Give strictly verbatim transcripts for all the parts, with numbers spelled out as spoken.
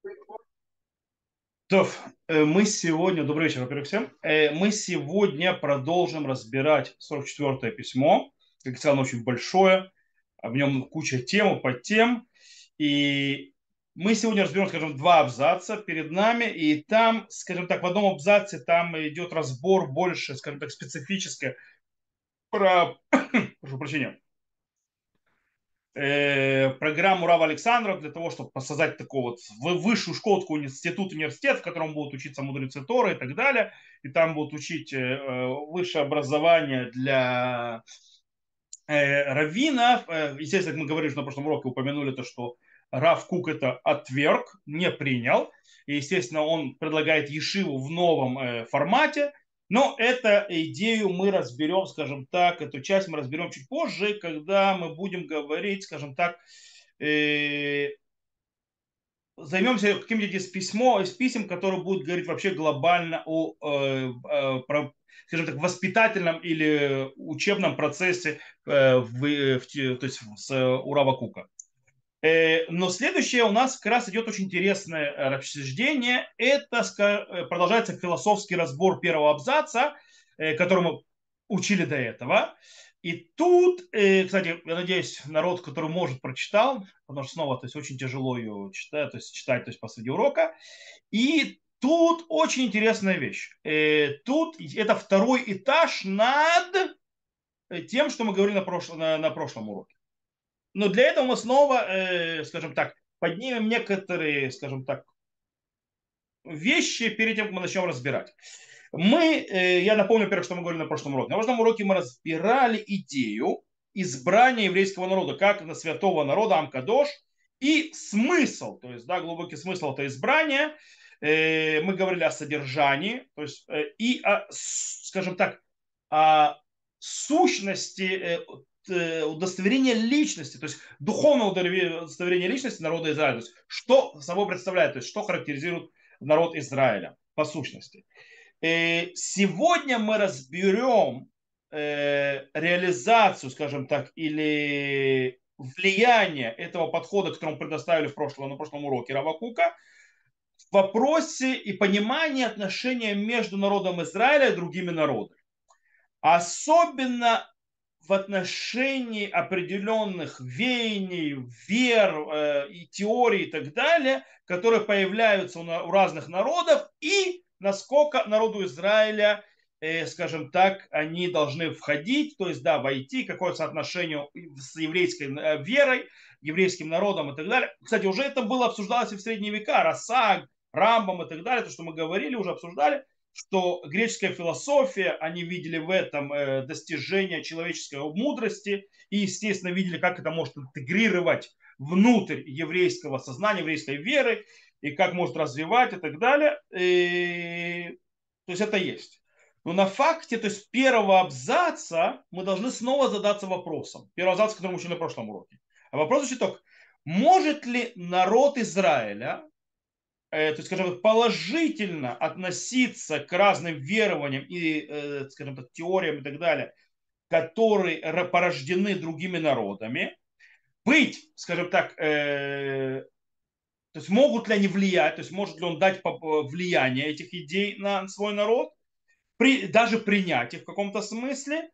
То, э, мы сегодня, добрый вечер, во-первых, всем. Э, Мы сегодня продолжим разбирать сорок четвёртое письмо. Как я сказал, оно очень большое, а в нем куча тем и подтем. И мы сегодня разберем, скажем, два абзаца перед нами. И там, скажем так, в одном абзаце там идет разбор больше, скажем так, специфически про, прошу прощения, э, программу Рава Александров для того, чтобы создать такого вот вы- высшую школу, такой институт, университет, в котором будут учиться мудрецы Торы и так далее. И там будут учить э, э, высшее образование для э, раввинов. Э, естественно, как мы говорили уже на прошлом уроке, упомянули то, что Рав Кук это отверг, не принял. И, естественно, он предлагает Ешиву в новом э, формате. Но эту идею мы разберем, скажем так, эту часть мы разберем чуть позже, когда мы будем говорить, скажем так, э, займемся каким-нибудь из, письмо, из писем, которые будут говорить вообще глобально о, э, э, про, скажем так, воспитательном или учебном процессе э, в, э, в те- то есть с э, Урава Кука. Э, Но следующее у нас как раз идет очень интересное э, обсуждение. Это ска- э, продолжается философский разбор первого абзаца, э, который мы учили до этого. И тут, э, кстати, я надеюсь, народ, который может, прочитал, потому что снова, то есть очень тяжело ее читать, то есть читать, то есть посреди урока. И тут очень интересная вещь. Э, Тут это второй этаж над э, тем, что мы говорили на, прош... на, на прошлом уроке. Но для этого мы снова, э, скажем так, поднимем некоторые, скажем так, вещи перед тем, как мы начнем разбирать. Мы, э, я напомню, первое, что мы говорили на прошлом уроке. На прошлом уроке мы разбирали идею избрания еврейского народа, как на святого народа Амкадош, и смысл, то есть, да, глубокий смысл этого избрания. Э, мы говорили о содержании, то есть, э, и, о, скажем так, о сущности э, э, удостоверения личности, то есть духовного удостоверения личности народа Израиля. То есть, что собой представляет, то есть, что характеризует народ Израиля по сущности. Э, Сегодня мы разберем э, реализацию, скажем так, или влияние этого подхода, который мы предоставили в прошлом, на прошлом уроке Равакука, в вопросе и понимании отношения между народом Израиля и другими народами. Особенно в отношении определенных веяний, вер э, и теорий и так далее, которые появляются у, на- у разных народов, и насколько народу Израиля, э, скажем так, они должны входить, то есть, да, войти, какое соотношение с еврейской э, верой, еврейским народом и так далее. Кстати, уже это было обсуждалось и в средние века, Расаг, Рамбам и так далее, то, что мы говорили, уже обсуждали, что греческая философия, они видели в этом э, достижение человеческой мудрости и, естественно, видели, как это может интегрировать внутрь еврейского сознания, еврейской веры, и как может развивать и так далее. И, то есть это есть. Но на факте, то есть первого абзаца мы должны снова задаться вопросом. Первый абзац, который мы учили на прошлом уроке. А вопрос звучит так. Может ли народ Израиля, э, то есть, скажем так, положительно относиться к разным верованиям и, э, скажем так, теориям и так далее, которые порождены другими народами, быть, скажем так, э, то есть могут ли они влиять, то есть может ли он дать влияние этих идей на свой народ, при, даже принять их в каком-то смысле,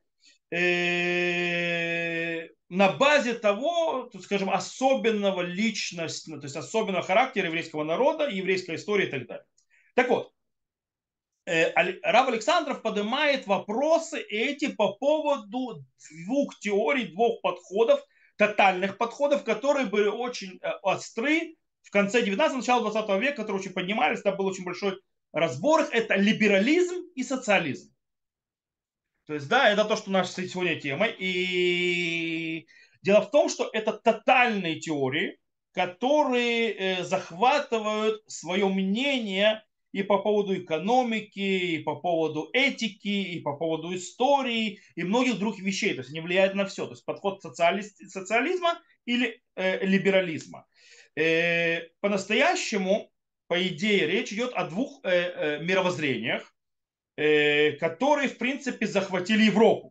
э, на базе того, то, скажем, особенного личностного, то есть особенного характера еврейского народа, еврейской истории и так далее. Так вот, э, Рав Александров поднимает вопросы эти по поводу двух теорий, двух подходов, тотальных подходов, которые были очень э, остры в конце девятнадцатого, начала двадцатого века, которые очень поднимались, там был очень большой разбор. Это либерализм и социализм. То есть, да, это то, что наша сегодня тема. И дело в том, что это тотальные теории, которые э, захватывают свое мнение и по поводу экономики, и по поводу этики, и по поводу истории, и многих других вещей. То есть они влияют на все. То есть подход социалист, социализма или э, либерализма. Э, по-настоящему, по идее, речь идет о двух э, э, мировоззрениях, э, которые, в принципе, захватили Европу.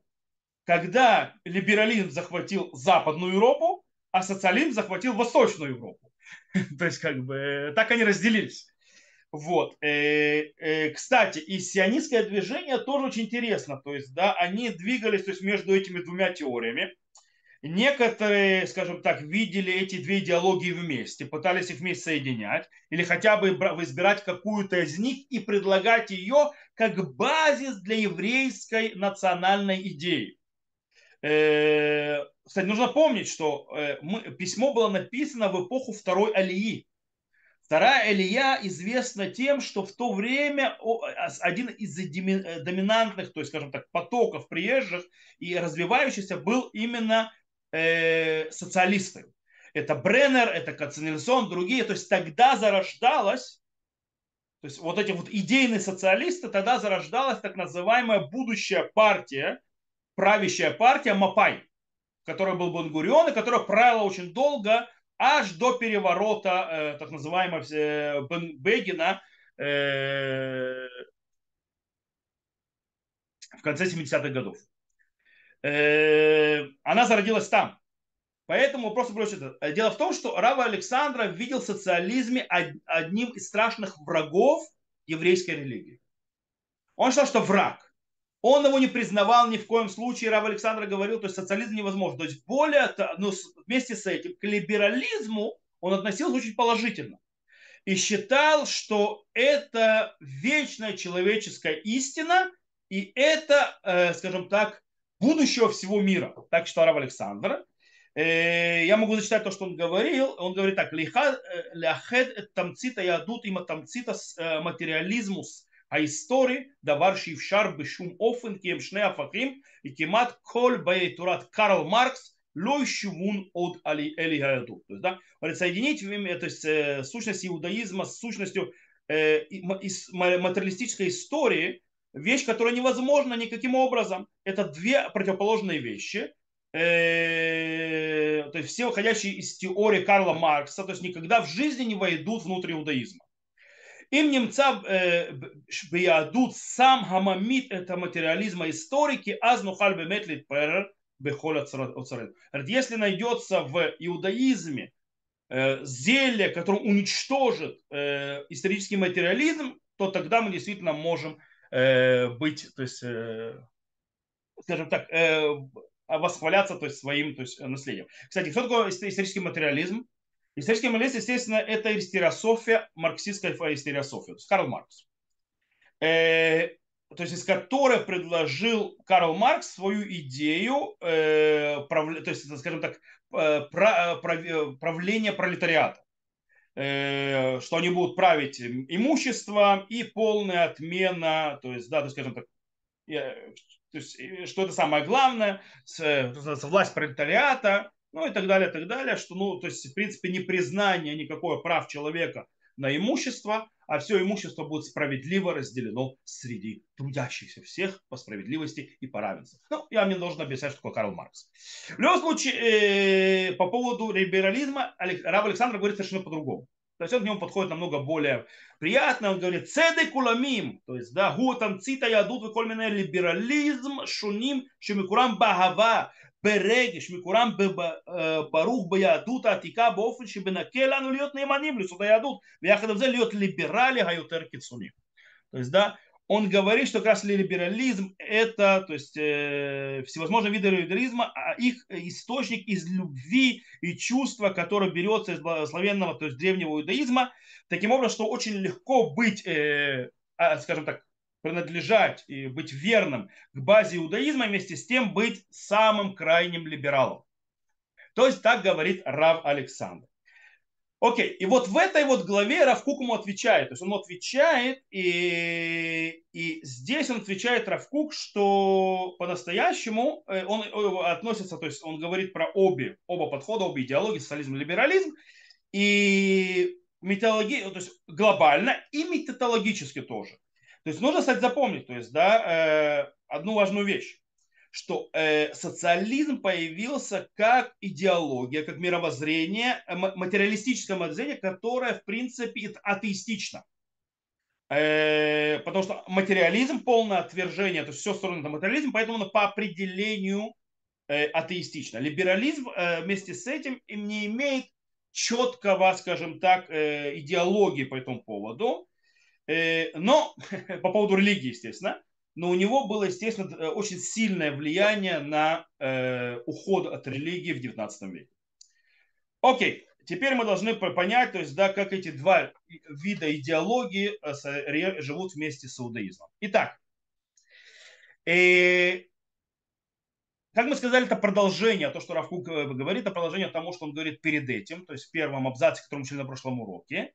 Когда либерализм захватил Западную Европу, а социализм захватил Восточную Европу. То есть, как бы, так они разделились. Вот. Э, э, Кстати, и сионистское движение тоже очень интересно. То есть, да, они двигались, то есть, между этими двумя теориями. Некоторые, скажем так, видели эти две идеологии вместе, пытались их вместе соединять, или хотя бы избирать какую-то из них и предлагать ее как базис для еврейской национальной идеи. Э, Кстати, нужно помнить, что э, мы, письмо было написано в эпоху второй Алии. Вторая Алия известна тем, что в то время один из доминантных, то есть, скажем так, потоков приезжих и развивающихся был именно э, социалисты. Это Бреннер, это Кацнельсон, другие. То есть тогда зарождалась, то есть вот эти вот идейные социалисты, тогда зарождалась так называемая будущая партия, правящая партия Мапай, в которой был Бен-Гурион, и которая правила очень долго, аж до переворота э, так называемого э, Бегина э, в конце семидесятых годов. Э, она зародилась там. Поэтому просто просто дело в том, что Рава Александра видел в социализме одним из страшных врагов еврейской религии. Он считал, что враг. Он его не признавал ни в коем случае. Рав Александр говорил, то есть социализм невозможен. То есть более, ну, вместе с этим к либерализму он относился очень положительно. И считал, что это вечная человеческая истина, и это, э, скажем так, будущего всего мира. Так считал Рав Александр. Э, я могу зачитать то, что он говорил. Он говорит так: «Ляхед тамцита ядут има тамцита материализмус ההיסטורי, דבר שאפשר בשום אופן כי הם שני הפכים וכמעט כל באי תורת קרל מרקס לא ישובון עוד אלי היהדות». То есть, да, соединить то есть, сущность иудаизма с сущностью э, материалистической истории, вещь, которая невозможна никаким образом. Это две противоположные вещи. Э, то есть все выходящие из теории Карла Маркса, то есть никогда в жизни не войдут внутрь иудаизма. Им немца биядут сам гамамит это материализма историки, аз нухаль бемет литперер бехоль оцарет. Если найдется в иудаизме э, зелье, которое уничтожит э, исторический материализм, то тогда мы действительно можем э, быть, то есть, э, скажем так, э, восхваляться, то есть, своим, то есть, наследием. Кстати, кто такой исторический материализм? Исторический материализм, естественно, это истериософия, марксистская истериософия, то есть Карл Маркс. Э, то есть из которой предложил Карл Маркс свою идею, э, прав, то есть, скажем так, э, прав, правления пролетариата. Э, что они будут править имуществом и полная отмена, то есть, да, то есть, скажем так, то есть, что это самое главное, с, с, власть пролетариата, ну и так далее, так далее, что, ну, то есть, в принципе, не признание никакого прав человека на имущество, а все имущество будет справедливо разделено среди трудящихся всех по справедливости и по равенству. Ну, я мне должен объяснять, что такое Карл Маркс. В любом случае, э, по поводу либерализма, Рав Александр говорит совершенно по-другому. То есть он к нему подходит намного более приятно. Он говорит: цедек уламим, то есть, да, гу там цита ядут выкольменный либерализм шуним шемикурам багава ברגש, מקורם ברוך ביהדות העתיקה באופן שמנקה לנו להיות נאמנים ליסוד היהדות, ויחד עם זה להיות ליברלי היותר קיצוני. То есть, да, он говорит, что как раз либерализм это, то есть, э, всевозможные виды либерализма, а их источник из любви и чувства, которое берется из благословенного, то есть древнего иудаизма, таким образом, что очень легко быть, э, скажем так, принадлежать и быть верным к базе иудаизма, вместе с тем быть самым крайним либералом. То есть так говорит Рав Александр. Окей, и вот в этой вот главе Рав Кук ему отвечает. То есть он отвечает, и, и здесь он отвечает Рав Кук, что по-настоящему он относится, то есть он говорит про обе, оба подхода, обе идеологии, социализм и либерализм, и методологи, то есть глобально и методологически тоже. То есть нужно, кстати, запомнить, то есть, да, одну важную вещь, что э, социализм появился как идеология, как мировоззрение, материалистическое мировоззрение, которое, в принципе, атеистично. Э, потому что материализм, полное отвержение, то есть все стороны на материализм, поэтому он по определению э, атеистично. Либерализм э, вместе с этим не имеет четкого, скажем так, э, идеологии по этому поводу. Э, но по поводу религии, естественно. Но у него было, естественно, э, очень сильное влияние на э, уход от религии в девятнадцатом веке. Окей, теперь мы должны понять, то есть, да, как эти два вида идеологии э, живут вместе с иудаизмом. Итак, э, как мы сказали, это продолжение, то, что Рав Кук э, говорит, это продолжение тому, что он говорит перед этим, то есть в первом абзаце, который мы учили на прошлом уроке.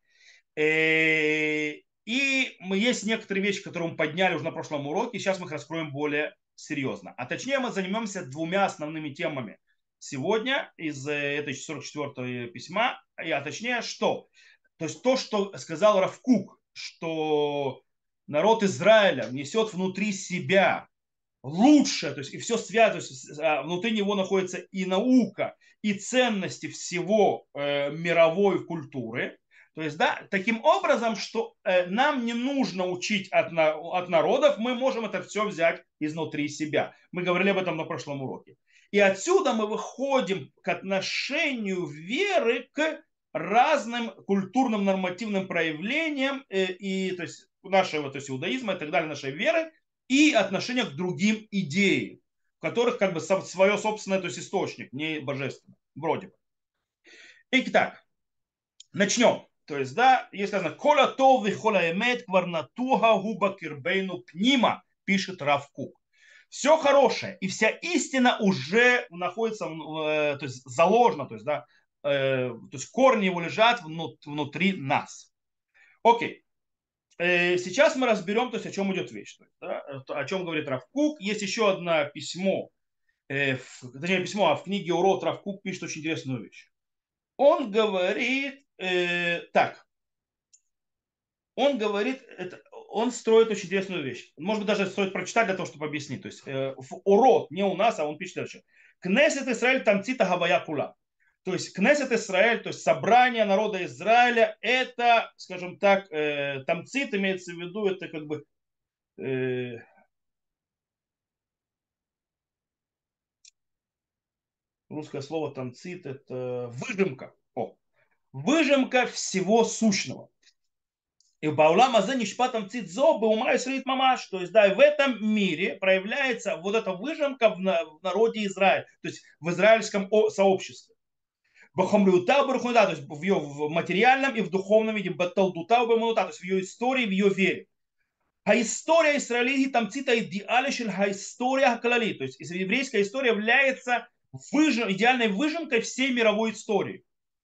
Э, И мы, есть некоторые вещи, которые мы подняли уже на прошлом уроке, и сейчас мы их раскроем более серьезно. А точнее мы займемся двумя основными темами сегодня из э, этой сорок четвёртого письма, и, а точнее что? То есть то, что сказал Рав Кук, что народ Израиля несет внутри себя лучше, то есть и все связано, то есть а, внутри него находится и наука, и ценности всего э, мировой культуры. То есть, да, таким образом, что э, нам не нужно учить от, на, от народов, мы можем это все взять изнутри себя. Мы говорили об этом на прошлом уроке. И отсюда мы выходим к отношению веры к разным культурным нормативным проявлениям э, и то есть нашего, то есть иудаизма и так далее, нашей веры, и отношение к другим идеям, в которых как бы свое собственное, то есть источник, не божественный, вроде бы. Итак, начнем. То есть, да, есть сказано, «Кола тов и хола эмет кварнатуга губа кирбейну пнима», пишет Рав Кук. Все хорошее и вся истина уже находится, то есть заложена, то есть, да, то есть корни его лежат внутри нас. Окей. Сейчас мы разберем, то есть о чем идет речь, то есть, да, о чем говорит Рав Кук. Есть еще одно письмо, э, в, точнее письмо, а в книге Урод Рав Кук пишет очень интересную вещь. Он говорит э, так, он говорит, это, он строит очень интересную вещь. Может быть, даже стоит прочитать для того, чтобы объяснить. То есть э, в Урод, не у нас, а он пишет дальше. Кнесет Исраэль тамцита гавая кула. То есть Кнесет Исраэль, то есть собрание народа Израиля, это, скажем так, э, тамцит имеется в виду, это как бы э, русское слово тамцит, это выжимка. О, выжимка всего сущного. И баулам азе нишпатам цидзо баума исраилит мамаш. То есть, да, и в этом мире проявляется вот эта выжимка в, на, в народе Израиля, то есть в израильском сообществе. Бахамлюта бархунда, то есть в ее в материальном и в духовном виде, баталдута бамута, то есть в ее истории, в ее вере. А история Израиля там цита идеале шель ха история клали, то есть еврейская история является выжим, идеальной выжимкой всей мировой истории.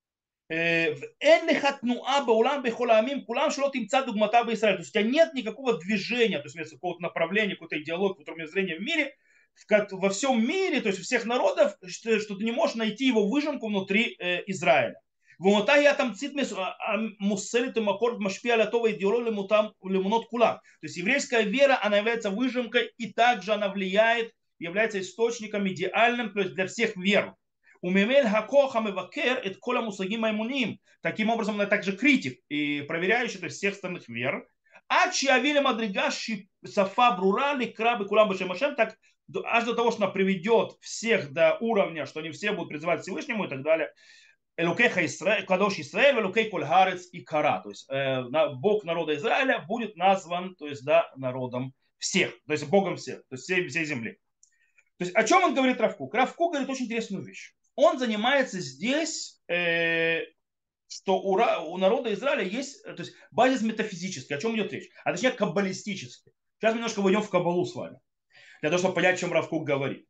ואין לך תנועה בעולם בכל העמים, כולם שלא תמצא דוגמתה בישראל. То есть у тебя нет никакого движения, то есть какого-то направления, какой-то идеологии, какого-то зрения в мире, во всем мире, то есть у всех народов, что, что ты не можешь найти его выжимку внутри э, Израиля. ומתי היא התמצית המוסרית ומקור משפיע על הטוב האידיאולוגי לאמונות כולם. То есть еврейская вера, она является выжимкой, и также она влияет, является источником идеальным, то есть для всех вер. Умемель хакоха мевакер это кола мусагим маймуним. Таким образом, она также критик и проверяющий, то есть всех остальных вер. А чиавили мадригаши сафа брурали крабы кулам башемашем, так аж до того, что она приведет всех до уровня, что они все будут призывать Всевышнему и так далее. Элукеха Исраэль, Кадош Исраэль, Элукей Кольхарец и Кара. То есть э, Бог народа Израиля будет назван, то есть, да, народом всех, то есть Богом всех, то есть всей, всей земли. То есть о чем он говорит Рав Кук? Рав Кук говорит очень интересную вещь. Он занимается здесь, э, что у, у народа Израиля есть, то есть базис метафизический. О чем идет речь? А точнее каббалистический. Сейчас мы немножко войдем в каббалу с вами, для того, чтобы понять, о чем Рав Кук говорит.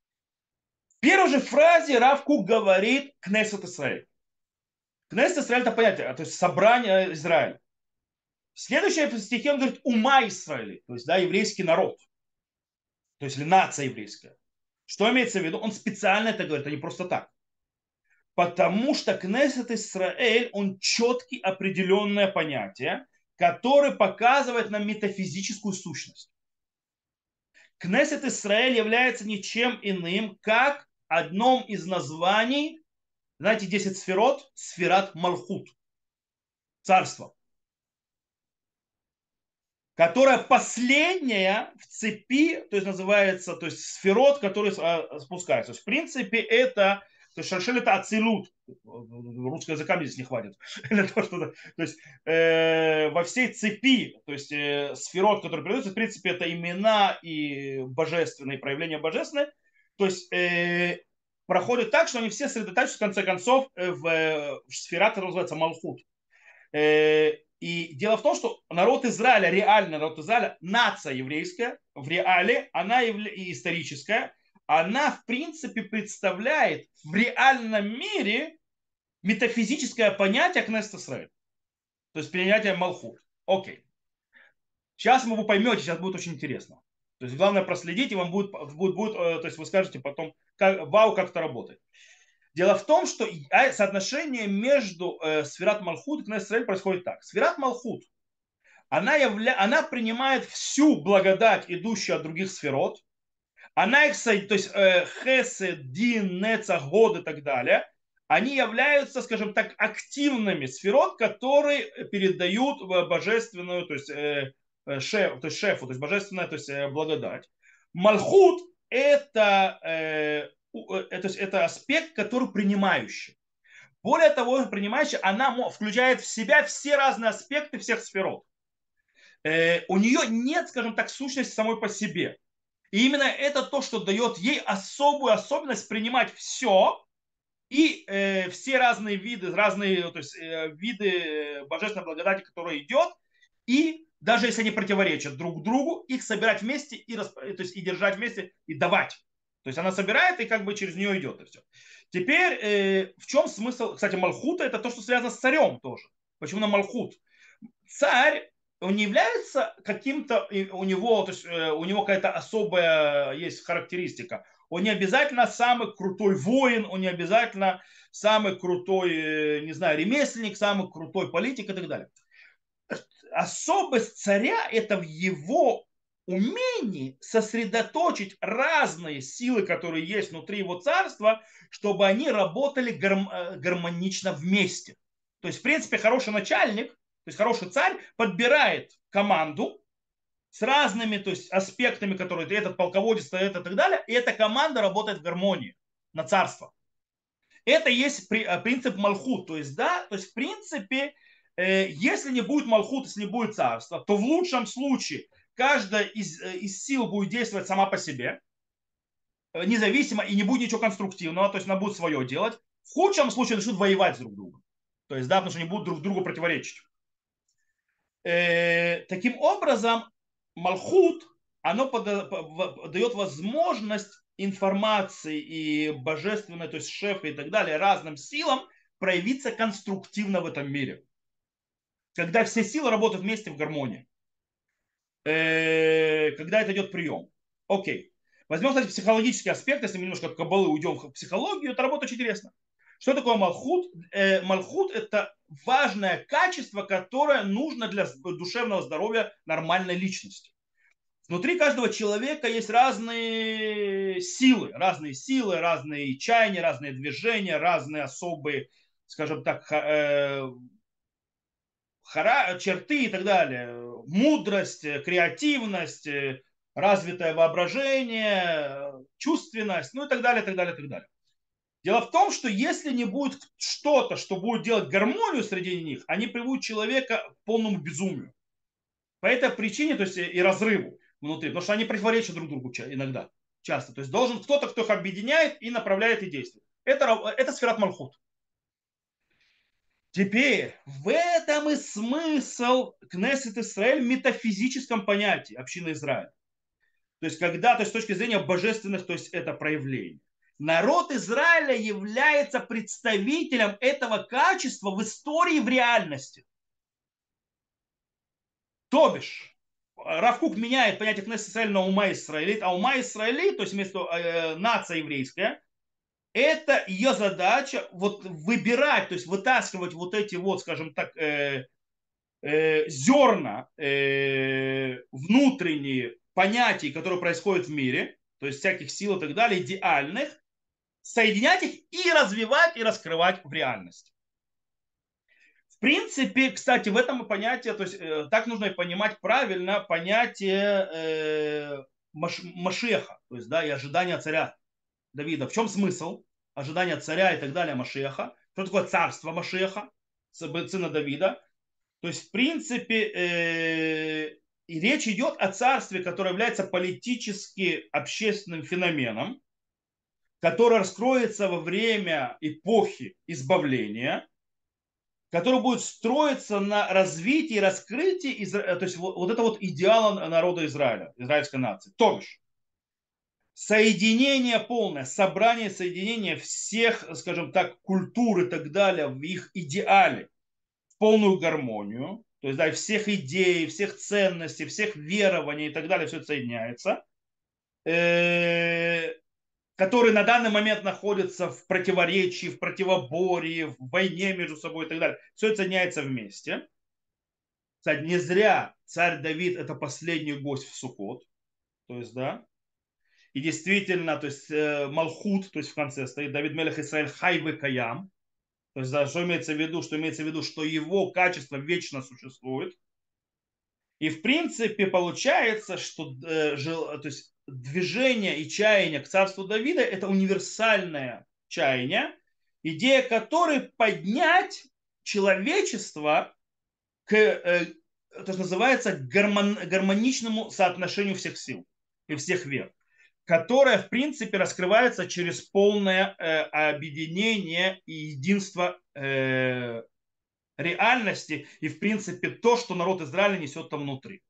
В первой же фразе Рав Кук говорит Кнесет Исраэль. Кнесет Исраэль это понятие, то есть собрание Израиля. В следующем стихе он говорит ума Израиля, то есть, да, еврейский народ, то есть или нация еврейская. Что имеется в виду? Он специально это говорит, а не просто так. Потому что Кнесет Исраэль, он четкий определенное понятие, которое показывает нам метафизическую сущность. Кнесет Исраэль является ничем иным, как одном из названий, знаете, десять сферот, сферат Малхут, царство, которая последняя в цепи, то есть называется, то есть сферот, который спускается. То есть, в принципе, это, то То есть шальшель это ацилут. Русского языка мне здесь не хватит. Для того, что, то есть э, во всей цепи, то есть э, сферот, которые передаются, в принципе, это имена и божественные, проявления божественные. То есть э, проходит так, что они все сосредотачиваются, в конце концов, э, в, э, в сферат, который называется Малхут. Э, и дело в том, что народ Израиля, реально народ Израиля, нация еврейская, в реале, она явля... и историческая, она в принципе представляет в реальном мире метафизическое понятие Кнессет Исраэль. То есть принятие Малхут. Окей. Сейчас вы поймете, сейчас будет очень интересно. То есть главное проследить, и вам будет, будет, будет то есть вы скажете потом, как, вау, как это работает. Дело в том, что соотношение между э, Сферат Малхут и Кнессет Исраэль происходит так. Сферат Малхут, она, явля... она принимает всю благодать, идущую от других сферот. Она их, то есть э, Хесед, Дин, Нецах, Год и так далее, они являются, скажем так, активными сферот, которые передают божественную, то есть, э, шеф, то есть шефу, то есть божественная, то есть э, благодать. Малхут это, э, это, это аспект, который принимающий. Более того, принимающий, она включает в себя все разные аспекты всех сферот. Э, у нее нет, скажем так, сущности самой по себе. И именно это то, что дает ей особую особенность принимать все и э, все разные виды, разные то есть, э, виды божественной благодати, которая идет, и даже если они противоречат друг другу, их собирать вместе и, расп... то есть, и держать вместе и давать. То есть она собирает и как бы через нее идет и все. Теперь э, в чем смысл? Кстати, Малхута это то, что связано с царем тоже. Почему на Малхут? Царь он не является каким-то, у него, то есть у него какая-то особая есть характеристика. Он не обязательно самый крутой воин, он не обязательно самый крутой, не знаю, ремесленник, самый крутой политик и так далее. Особость царя это в его умении сосредоточить разные силы, которые есть внутри его царства, чтобы они работали гармонично вместе. То есть, в принципе, хороший начальник, то есть хороший царь подбирает команду с разными то есть, аспектами, которые этот полководец, это и так далее, и эта команда работает в гармонии на царство. Это есть принцип Малхут. То есть, да, то есть, в принципе, если не будет Малхут, если не будет царства, то в лучшем случае каждая из, из сил будет действовать сама по себе, независимо, и не будет ничего конструктивного, то есть она будет свое делать. В худшем случае начнут воевать друг с другом. То есть, да, потому что они будут друг другу противоречить. Э, таким образом, Малхут, оно дает возможность информации и божественной, то есть шефа и так далее, разным силам проявиться конструктивно в этом мире. Когда все силы работают вместе в гармонии. Э, когда это идет прием. Окей. Возьмем, кстати, психологический аспект, если мы немножко от каббалы уйдем в психологию, это работа очень интересно. Что такое Малхут? Э, Малхут это важное качество, которое нужно для душевного здоровья нормальной личности. Внутри каждого человека есть разные силы, разные силы, разные чаяния, разные движения, разные особые, скажем так, э, хара, черты и так далее. Мудрость, креативность, развитое воображение, чувственность, ну и так далее, так далее, так далее. Дело в том, что если не будет что-то, что будет делать гармонию среди них, они приводят человека к полному безумию. По этой причине, то есть и разрыву внутри, потому что они противоречат друг другу иногда, часто. То есть должен кто-то, кто их объединяет и направляет и действует. Это, это сферат Малхут. Теперь в этом и смысл Кнессет Исраэль в метафизическом понятии общины Израиля. То есть когда, то есть с точки зрения божественных, то есть это проявление. Народ Израиля является представителем этого качества в истории, в реальности. То бишь, Рав Кук меняет понятие Кнессет Исраэль на ума Исраэлит, а ума Исраэлит, то есть вместо э, нация еврейская, это ее задача вот выбирать, то есть вытаскивать вот эти вот, скажем так, э, э, зерна э, внутренние понятий, которые происходят в мире, то есть всяких сил и так далее, идеальных, соединять их и развивать и раскрывать в реальности. В принципе, кстати, в этом и понятие, то есть э, так нужно и понимать правильно понятие э, Маш, Машеха, то есть да, и ожидания царя Давида. В чем смысл? ожидание царя и так далее Машеха. Что такое царство Машеха, сына Давида? То есть, в принципе, э, и речь идет о царстве, которое является политически общественным феноменом, которое раскроется во время эпохи избавления, который будет строиться на развитии, раскрытии, Изра... то есть вот, вот это вот идеал народа Израиля, израильской нации. То бишь, соединение полное, собрание, соединение всех, скажем так, культур и так далее в их идеале, в полную гармонию, то есть да, всех идей, всех ценностей, всех верований и так далее, все это соединяется, э, которые на данный момент находятся в противоречии, в противоборье, в войне между собой и так далее. Все это соединяется вместе. Кстати, не зря царь Давид это последний гость в Суккот. То есть, да. И действительно, то есть э, Малхут, то есть в конце стоит Давид Мелех Исраэль Хайвы Каям. То есть, да, что имеется в виду? Что имеется в виду, что его качество вечно существует. И в принципе получается, что э, жел, то есть, движение и чаяние к царству Давида это универсальное чаяние, идея которой поднять человечество к, э, то, что называется, гармон, гармоничному соотношению всех сил и всех вер, которое, в принципе, раскрывается через полное э, объединение и единство э, реальности и, в принципе, то, что народ Израиля несет там внутри.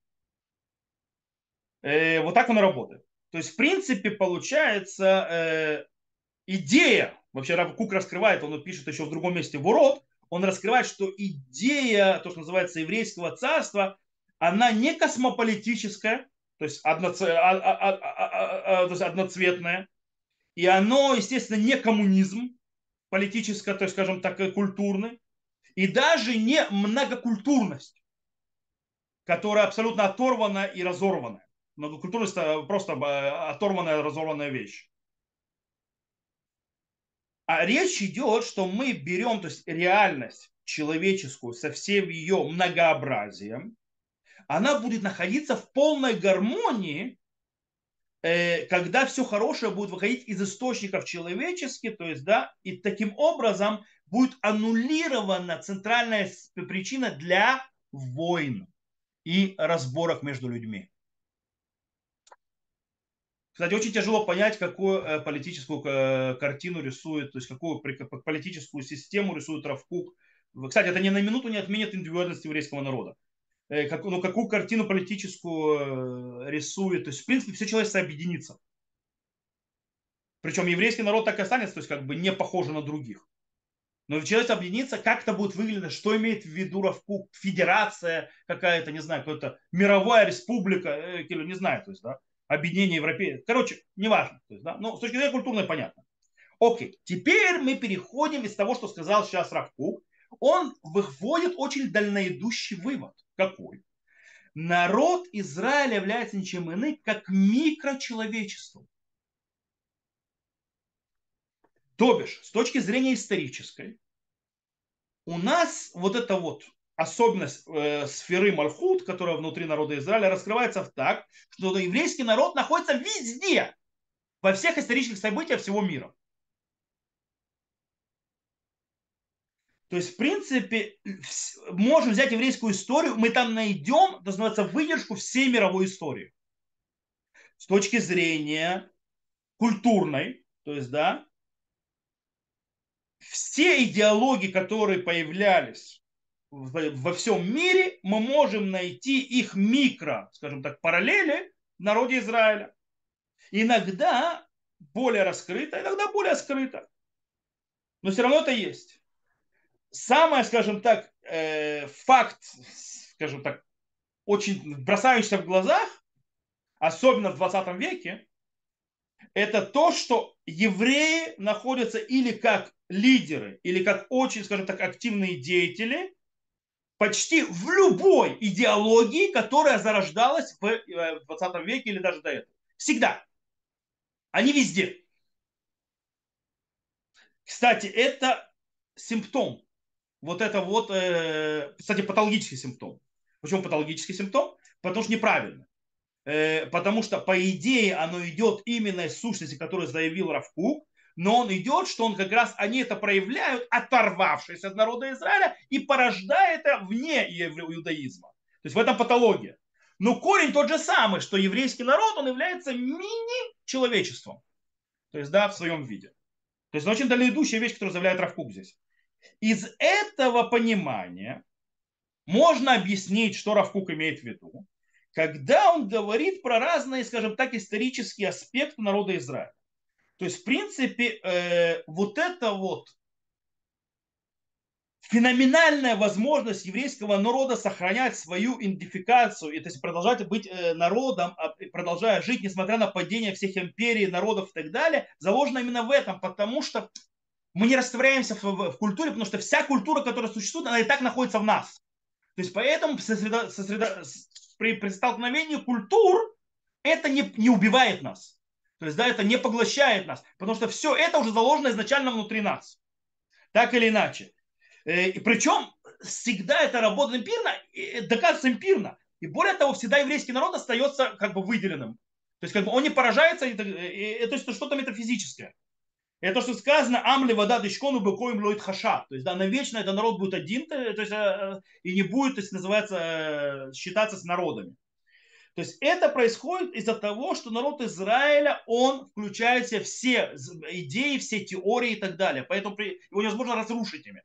Э, вот так он и работает. То есть, в принципе, получается э, идея, вообще Рав Кук раскрывает, он пишет еще в другом месте в урод, он раскрывает, что идея, то, что называется еврейского царства, она не космополитическая, то есть, одноц... а, а, а, а, а, то есть одноцветная, и оно, естественно, не коммунизм политическое, то есть, скажем так, культурный, и даже не многокультурность, которая абсолютно оторвана и разорвана. Многокультурность просто оторванная, разорванная вещь. А речь идет, что мы берем, то есть реальность человеческую со всем ее многообразием, она будет находиться в полной гармонии, э, когда все хорошее будет выходить из источников человеческих, то есть, да, и таким образом будет аннулирована центральная причина для войн и разборок между людьми. Кстати, очень тяжело понять, какую э, политическую э, картину рисует, то есть какую политическую систему рисует Рав Кук. Кстати, это ни на минуту не отменит индивидуальность еврейского народа. Э, как, ну, какую картину политическую э, рисует. То есть, в принципе, все человечество объединится. Причем еврейский народ так и останется, то есть как бы не похоже на других. Но человечество объединится, как это будет выглядеть, что имеет в виду Рав Кук, федерация какая-то, не знаю, какая-то мировая республика, э, не знаю, то есть, да, объединение европейцев. Короче, неважно. То есть, да, но с точки зрения культурной понятно. Окей, теперь мы переходим из того, что сказал сейчас Рав Кук. Он выводит очень дальноидущий вывод. Какой? Народ Израиля является ничем иным, как микрочеловечеством. То бишь, с точки зрения исторической, у нас вот эта вот особенность э, сферы Мальхут, которая внутри народа Израиля, раскрывается так, что еврейский народ находится везде, во всех исторических событиях всего мира. То есть, в принципе, можем взять еврейскую историю, мы там найдем, это называется, выдержку всей мировой истории. С точки зрения культурной, то есть, да, все идеологии, которые появлялись во всем мире, мы можем найти их микро, скажем так, параллели в народе Израиля. Иногда более раскрыто, иногда более скрыто. Но все равно это есть. Самое, скажем так, э, факт, скажем так, очень бросающийся в глазах, особенно в двадцатом веке, это то, что евреи находятся или как лидеры, или как очень, скажем так, активные деятели почти в любой идеологии, которая зарождалась в двадцатом веке или даже до этого. Всегда. Они везде. Кстати, это симптом. Вот это вот, э, кстати, патологический симптом. Почему патологический симптом? Потому что неправильно. Э, потому что, по идее, оно идет именно из сущности, которую заявил Рав Кук, но он идет, что он как раз, они это проявляют, оторвавшись от народа Израиля, и порождая это вне иудаизма. То есть в этом патология. Но корень тот же самый, что еврейский народ, он является мини-человечеством. То есть, да, в своем виде. То есть, очень дальноидущая вещь, которую заявляет Рав Кук здесь. Из этого понимания можно объяснить, что Рав Кук имеет в виду, когда он говорит про разные, скажем так, исторические аспекты народа Израиля. То есть, в принципе, э, вот это вот феноменальная возможность еврейского народа сохранять свою идентификацию, и то есть продолжать быть э, народом, а, продолжая жить, несмотря на падение всех империй, народов и так далее, заложено именно в этом, потому что мы не растворяемся в, в, в культуре, потому что вся культура, которая существует, она и так находится в нас. То есть поэтому сосредо, сосредо, при, при столкновении культур это не, не убивает нас. То есть, да, это не поглощает нас, потому что все это уже заложено изначально внутри нас. Так или иначе. И причем всегда это работает эмпирно, доказывается эмпирно. И более того, всегда еврейский народ остается как бы выделенным. То есть как бы он не поражается, это, это что-то метафизическое. Это то, что сказано, амли вода дышкону быкоим лоит хаша. То есть, да, навечно этот народ будет один, то есть, и не будет, то есть, называется, считаться с народами. То есть это происходит из-за того, что народ Израиля, он включает в себя все идеи, все теории и так далее. Поэтому его невозможно разрушить ими.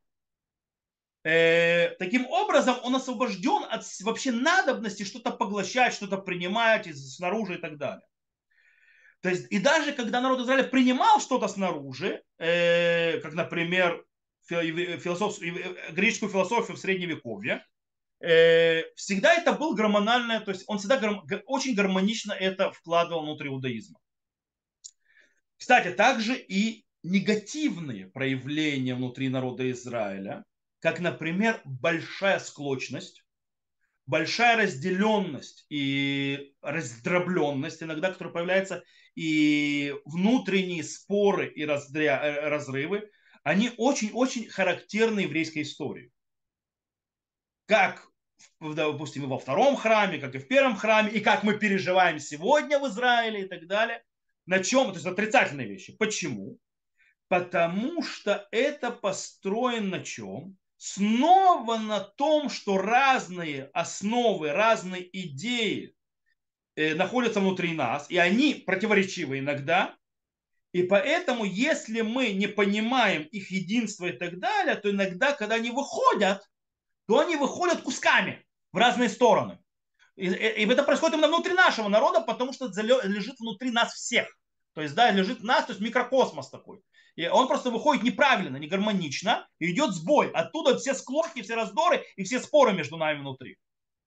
Таким образом, он освобожден от вообще надобности что-то поглощать, что-то принимать снаружи и так далее. То есть, и даже когда народ Израиля принимал что-то снаружи, э, как, например, философ, греческую философию в Средневековье, э, всегда это был гормональное, то есть он всегда гарм, очень гармонично это вкладывал внутрь иудаизма. Кстати, также и негативные проявления внутри народа Израиля, как, например, большая склочность, большая разделенность и раздробленность иногда, которая появляется, и внутренние споры и раздря, разрывы, они очень-очень характерны еврейской истории. Как, допустим, и во втором храме, как и в первом храме, и как мы переживаем сегодня в Израиле и так далее. На чем? То есть отрицательные вещи. Почему? Потому что это построено на чем? Снова на том, что разные основы, разные идеи э, находятся внутри нас, и они противоречивы иногда. И поэтому, если мы не понимаем их единство и так далее, то иногда, когда они выходят, то они выходят кусками в разные стороны. И, и это происходит именно внутри нашего народа, потому что это лежит внутри нас всех. То есть, да, лежит в нас, то есть микрокосмос такой. И он просто выходит неправильно, не гармонично, и идет сбой. Оттуда все склоки, все раздоры и все споры между нами внутри.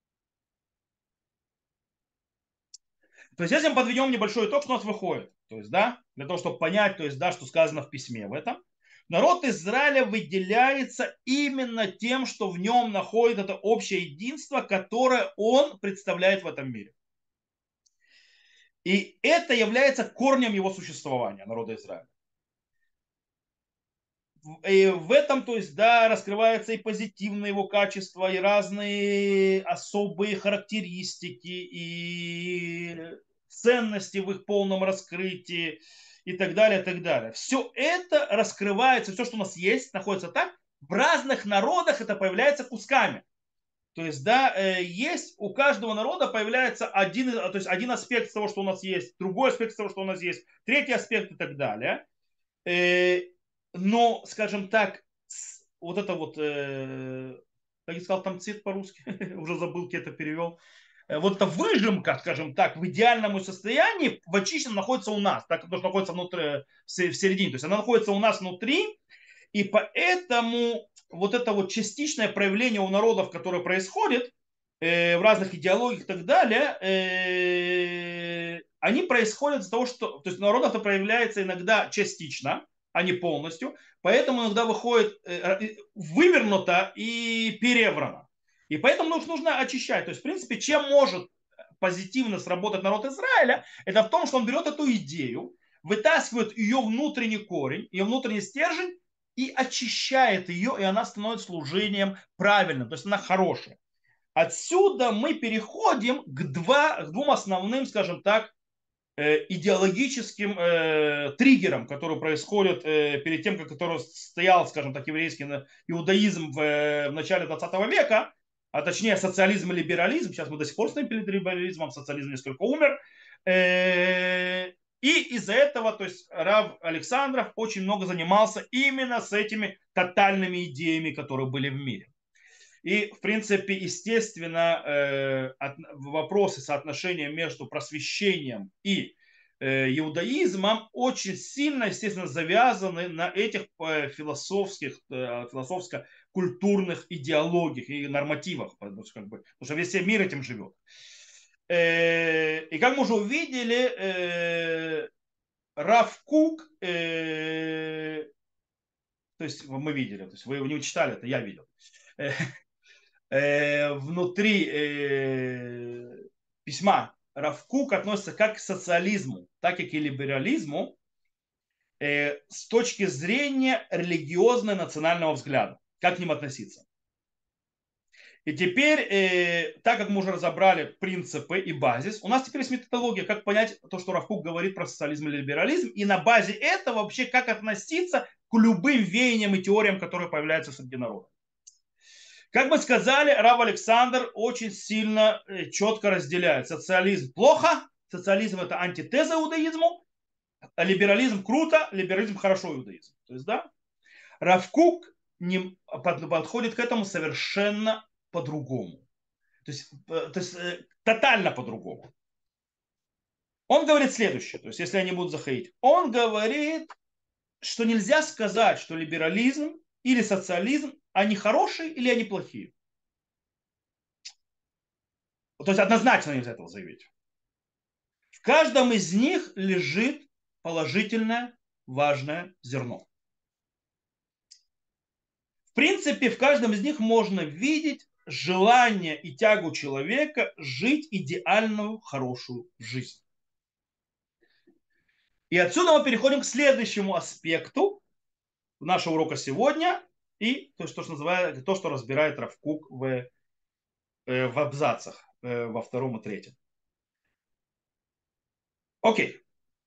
То есть, если мы подведем небольшой итог, что у нас выходит, то есть, да, для того, чтобы понять, то есть, да, что сказано в письме в этом, народ Израиля выделяется именно тем, что в нем находит это общее единство, которое он представляет в этом мире. И это является корнем его существования, народа Израиля. И в этом, то есть, да, раскрываются и позитивные его качества, и разные особые характеристики, и ценности в их полном раскрытии, и так далее, и так далее. Все это раскрывается, все, что у нас есть, находится так. В разных народах это появляется кусками. То есть, да, есть у каждого народа появляется один, то есть один аспект того, что у нас есть, другой аспект того, что у нас есть, третий аспект и так далее. Но, скажем так, вот это вот, как я сказал, там цвет по-русски, уже забыл, как это перевел. Вот эта выжимка, скажем так, в идеальном состоянии в очищенном находится у нас, так как то, что находится внутри, в середине. То есть она находится у нас внутри, и поэтому вот это вот частичное проявление у народов, которое происходит э, в разных идеологиях и так далее, э, они происходят из-за того, что... То есть у народов это проявляется иногда частично, а не полностью. Поэтому иногда выходит э, вывернуто и переврано. И поэтому нужно, нужно очищать. То есть, в принципе, чем может позитивно сработать народ Израиля, это в том, что он берет эту идею, вытаскивает ее внутренний корень, ее внутренний стержень, и очищает ее, и она становится служением правильным, то есть она хорошая. Отсюда мы переходим к, два, к двум основным, скажем так, идеологическим э, триггером, который происходит э, перед тем, как который стоял, скажем так, еврейский иудаизм в, э, в начале двадцатого века, а точнее социализм и либерализм. Сейчас мы до сих пор стоим перед либерализмом, социализм несколько умер. Э, и из-за этого, то есть Рав Александров очень много занимался именно с этими тотальными идеями, которые были в мире. И, в принципе, естественно, э, вопросы соотношения между просвещением и э, иудаизмом очень сильно, естественно, завязаны на этих э, философских, э, философско-культурных идеологиях и нормативах, потому что, как бы, потому что весь мир этим живет. Э, и как мы уже увидели, э, Рав Кук, э, то есть мы видели, то есть вы его не читали, это я видел, э, внутри э, письма Рав Кук относится как к социализму, так и к либерализму э, с точки зрения религиозно-национального взгляда. Как к ним относиться? И теперь, э, так как мы уже разобрали принципы и базис, у нас теперь есть методология, как понять то, что Рав Кук говорит про социализм или либерализм, и на базе этого вообще как относиться к любым веяниям и теориям, которые появляются среди народа. Как мы сказали, Рав Александр очень сильно э, четко разделяет. Социализм плохо, социализм это антитеза иудаизму, а либерализм круто, либерализм хорошо иудаизм. То есть, да, Рав Кук не, под, подходит к этому совершенно по-другому. То есть, э, то есть э, тотально по-другому. Он говорит следующее, то есть если они будут заходить. Он говорит, что нельзя сказать, что либерализм или социализм, они хорошие или они плохие. То есть однозначно нельзя этого заявить. В каждом из них лежит положительное, важное зерно. В принципе, в каждом из них можно видеть желание и тягу человека жить идеальную, хорошую жизнь. И отсюда мы переходим к следующему аспекту нашего урока сегодня, и то, что, называется, то, что разбирает Рав Кук в, в абзацах, во втором и третьем. Окей.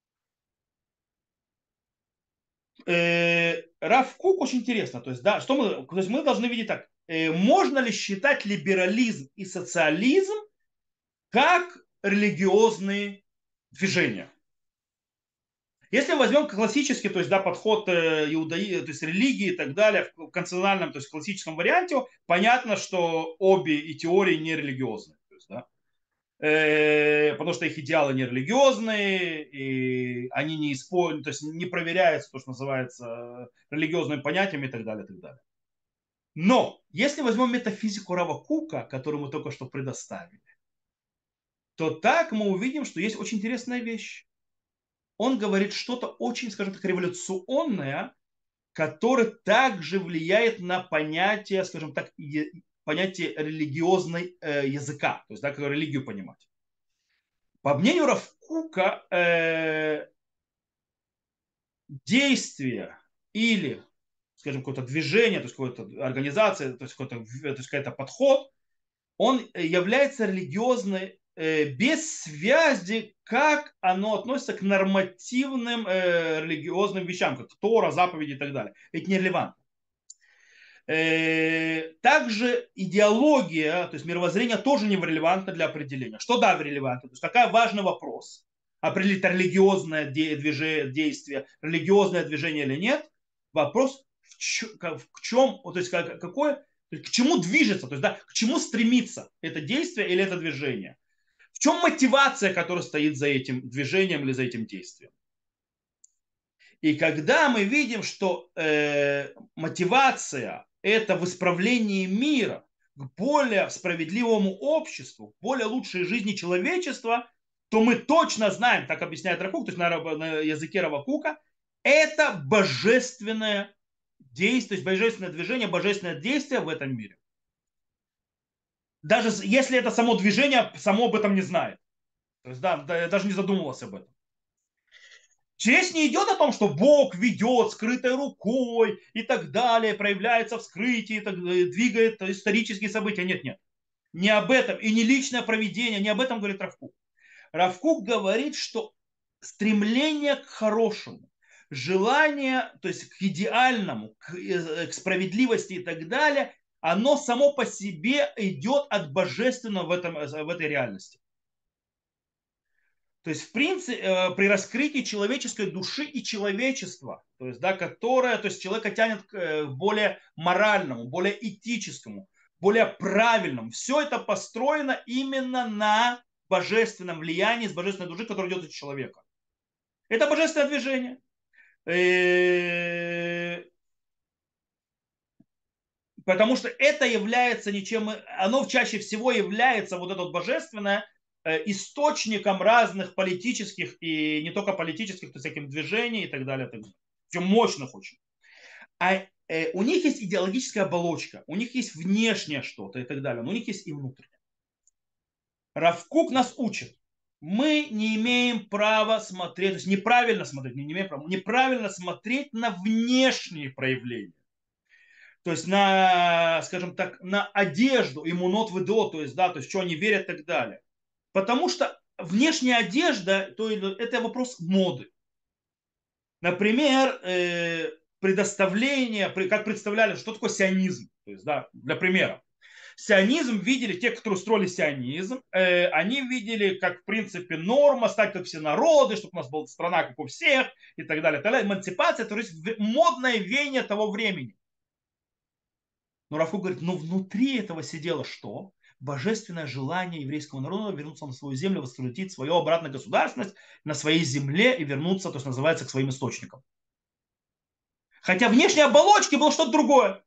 Рав Кук очень интересно. То есть, да, что мы, то есть мы должны видеть так. Можно ли считать либерализм и социализм как религиозные движения? Если мы возьмем классический, то есть, да, подход иудаи, то есть религии и так далее, в концептуальном, то есть классическом варианте, понятно, что обе и теории не религиозные. То есть, да, э, потому что их идеалы не религиозные, и они не используют, то есть не проверяются, то, что называется, религиозными понятиями и так далее, и так далее. Но если возьмем метафизику Рава Кука, которую мы только что предоставили, то так мы увидим, что есть очень интересная вещь. Он говорит что-то очень, скажем так, революционное, которое также влияет на понятие, скажем так, понятие религиозной э, языка, то есть, да, как религию понимать. По мнению Рав Кука, э, действие или, скажем, какое-то движение, то есть какая-то организация, то есть какой-то, то есть какой-то подход, он является религиозной э, без связи, как оно относится к нормативным э, религиозным вещам, как Тора, заповеди и так далее. Это нерелевантно. Э, также идеология, то есть мировоззрение тоже не релевантно для определения. Что да, релевантно? То есть какой важный вопрос? Определить религиозное движение, действие, религиозное движение или нет? Вопрос в чем, в чем то есть какое, к чему движется, то есть да, к чему стремится это действие или это движение? В чем мотивация, которая стоит за этим движением или за этим действием? И когда мы видим, что э, мотивация это в исправлении мира к более справедливому обществу, к более лучшей жизни человечества, то мы точно знаем, так объясняет Рав Кук, то есть на, на языке Рава Кука, это божественное действие, то есть божественное движение, божественное действие в этом мире. Даже если это само движение само об этом не знает. То есть, да, даже не задумывался об этом. Речь не идет о том, что Бог ведет скрытой рукой и так далее, проявляется в скрытии, так, двигает исторические события. Нет, нет. Не об этом. И не личное провидение, не об этом говорит Рав Кук. Рав Кук говорит, что стремление к хорошему, желание, то есть к идеальному, к, э, к справедливости и так далее, оно само по себе идет от божественного в, этом, в этой реальности. То есть, в принципе, э, при раскрытии человеческой души и человечества, то есть, да, которое, то есть, человека тянет к э, более моральному, более этическому, более правильному. Все это построено именно на божественном влиянии, с божественной души, которая идет из человека. Это божественное движение. Э, Потому что это является ничем, оно чаще всего является вот это вот божественное э, источником разных политических и не только политических, то есть всяких движений и так далее. Так далее. Причем мощных очень. А э, у них есть идеологическая оболочка, у них есть внешнее что-то и так далее, но у них есть и внутреннее. Рав Кук нас учит. Мы не имеем права смотреть, то есть неправильно смотреть, не имеем права, неправильно смотреть на внешние проявления. То есть на, скажем так, на одежду, иммунот ВДО, то есть, да, то есть, что они верят и так далее. Потому что внешняя одежда, то это вопрос моды. Например, э, предоставление, как представляли, что такое сионизм. То есть, да, для примера. Сионизм видели, те, кто устроили сионизм, э, они видели, как, в принципе, норма, стать как все народы, чтобы у нас была страна, как у всех, и так далее. Так далее. Эмансипация, то есть модное веяние того времени. Но Рафу говорит, но внутри этого сидело что? Божественное желание еврейского народа вернуться на свою землю, восстановить свою обратную государственность на своей земле и вернуться, то есть называется, к своим источникам. Хотя внешней оболочке было что-то другое.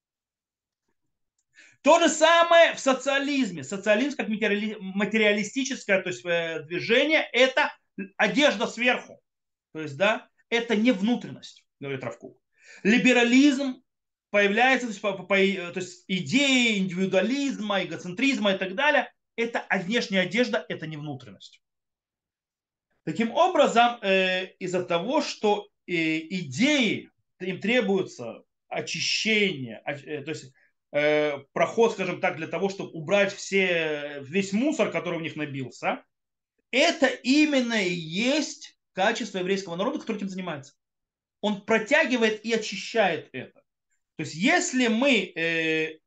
То же самое в социализме. Социализм как материалистическое, то есть движение, это одежда сверху. То есть, да, это не внутренность, говорит Равкук. Либерализм появляется, то есть, по, по, то есть идеи индивидуализма, эгоцентризма и так далее. Это внешняя одежда, это не внутренность. Таким образом, э, из-за того, что э, идеи, им требуется очищение, э, то есть э, проход, скажем так, для того, чтобы убрать все, весь мусор, который в них набился, это именно и есть качество еврейского народа, который этим занимается. Он протягивает и очищает это. То есть если мы, э,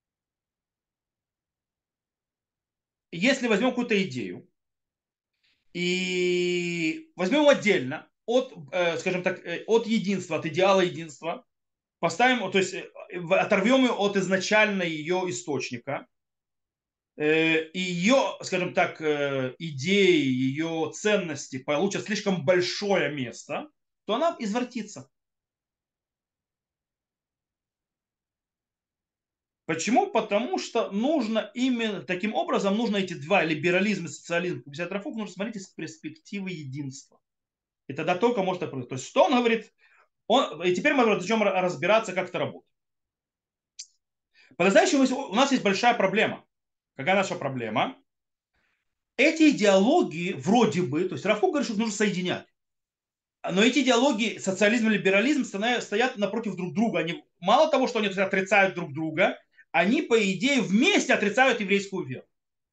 если возьмем какую-то идею и возьмем отдельно от, э, скажем так, э, от единства, от идеала единства, поставим, то есть э, оторвем ее от изначально ее источника, э, и ее, скажем так, э, идеи, ее ценности получат слишком большое место, то она извратится. Почему? Потому что нужно именно таким образом, нужно эти два, либерализм и социализм, пятьдесят Рафук, нужно смотреть из перспективы единства. И тогда только может это произойти. То есть, что он говорит, он, и теперь мы начнем разбираться, как это работает. По-настоящему у нас есть большая проблема. Какая наша проблема? Эти идеологии вроде бы, то есть Рафук говорит, что нужно соединять. Но эти идеологии, социализм и либерализм, стоят напротив друг друга. Они, мало того, что они отрицают друг друга, они, по идее, вместе отрицают еврейскую веру.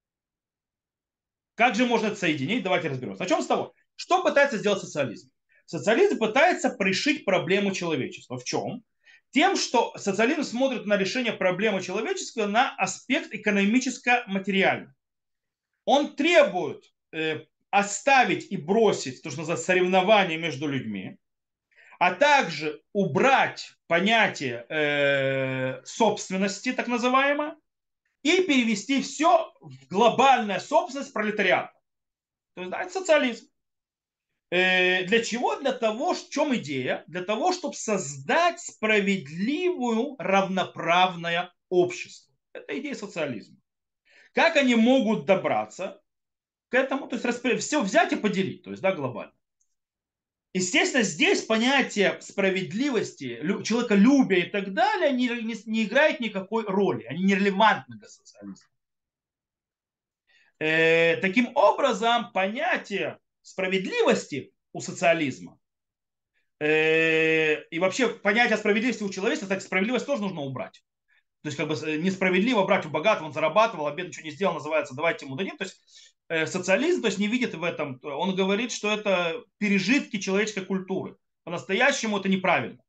Как же можно это соединить? Давайте разберемся. Начнем с того, что пытается сделать социализм. Социализм пытается решить проблему человечества. В чем? Тем, что социализм смотрит на решение проблемы человечества на аспект экономическо-материальный. Он требует э, оставить и бросить то, что называется соревнования между людьми, а также убрать понятие э, собственности, так называемое, и перевести все в глобальную собственность пролетариата. То есть, да, это социализм. Э, для чего? Для того, в чем идея? Для того, чтобы создать справедливую, равноправное общество. Это идея социализма. Как они могут добраться к этому? То есть все взять и поделить, то есть, да, глобально. Естественно, здесь понятие справедливости, человеколюбия и так далее не, не, не играет никакой роли. Они нерелевантны для социализма. Э, таким образом, понятие справедливости у социализма э, и вообще понятие справедливости у человечества, так справедливость тоже нужно убрать. То есть как бы несправедливо брать у богатого, он зарабатывал, а бедный ничего не сделал, называется, давайте ему дадим. То есть э, социализм, то есть не видит в этом, он говорит, что это пережитки человеческой культуры. По-настоящему это неправильно.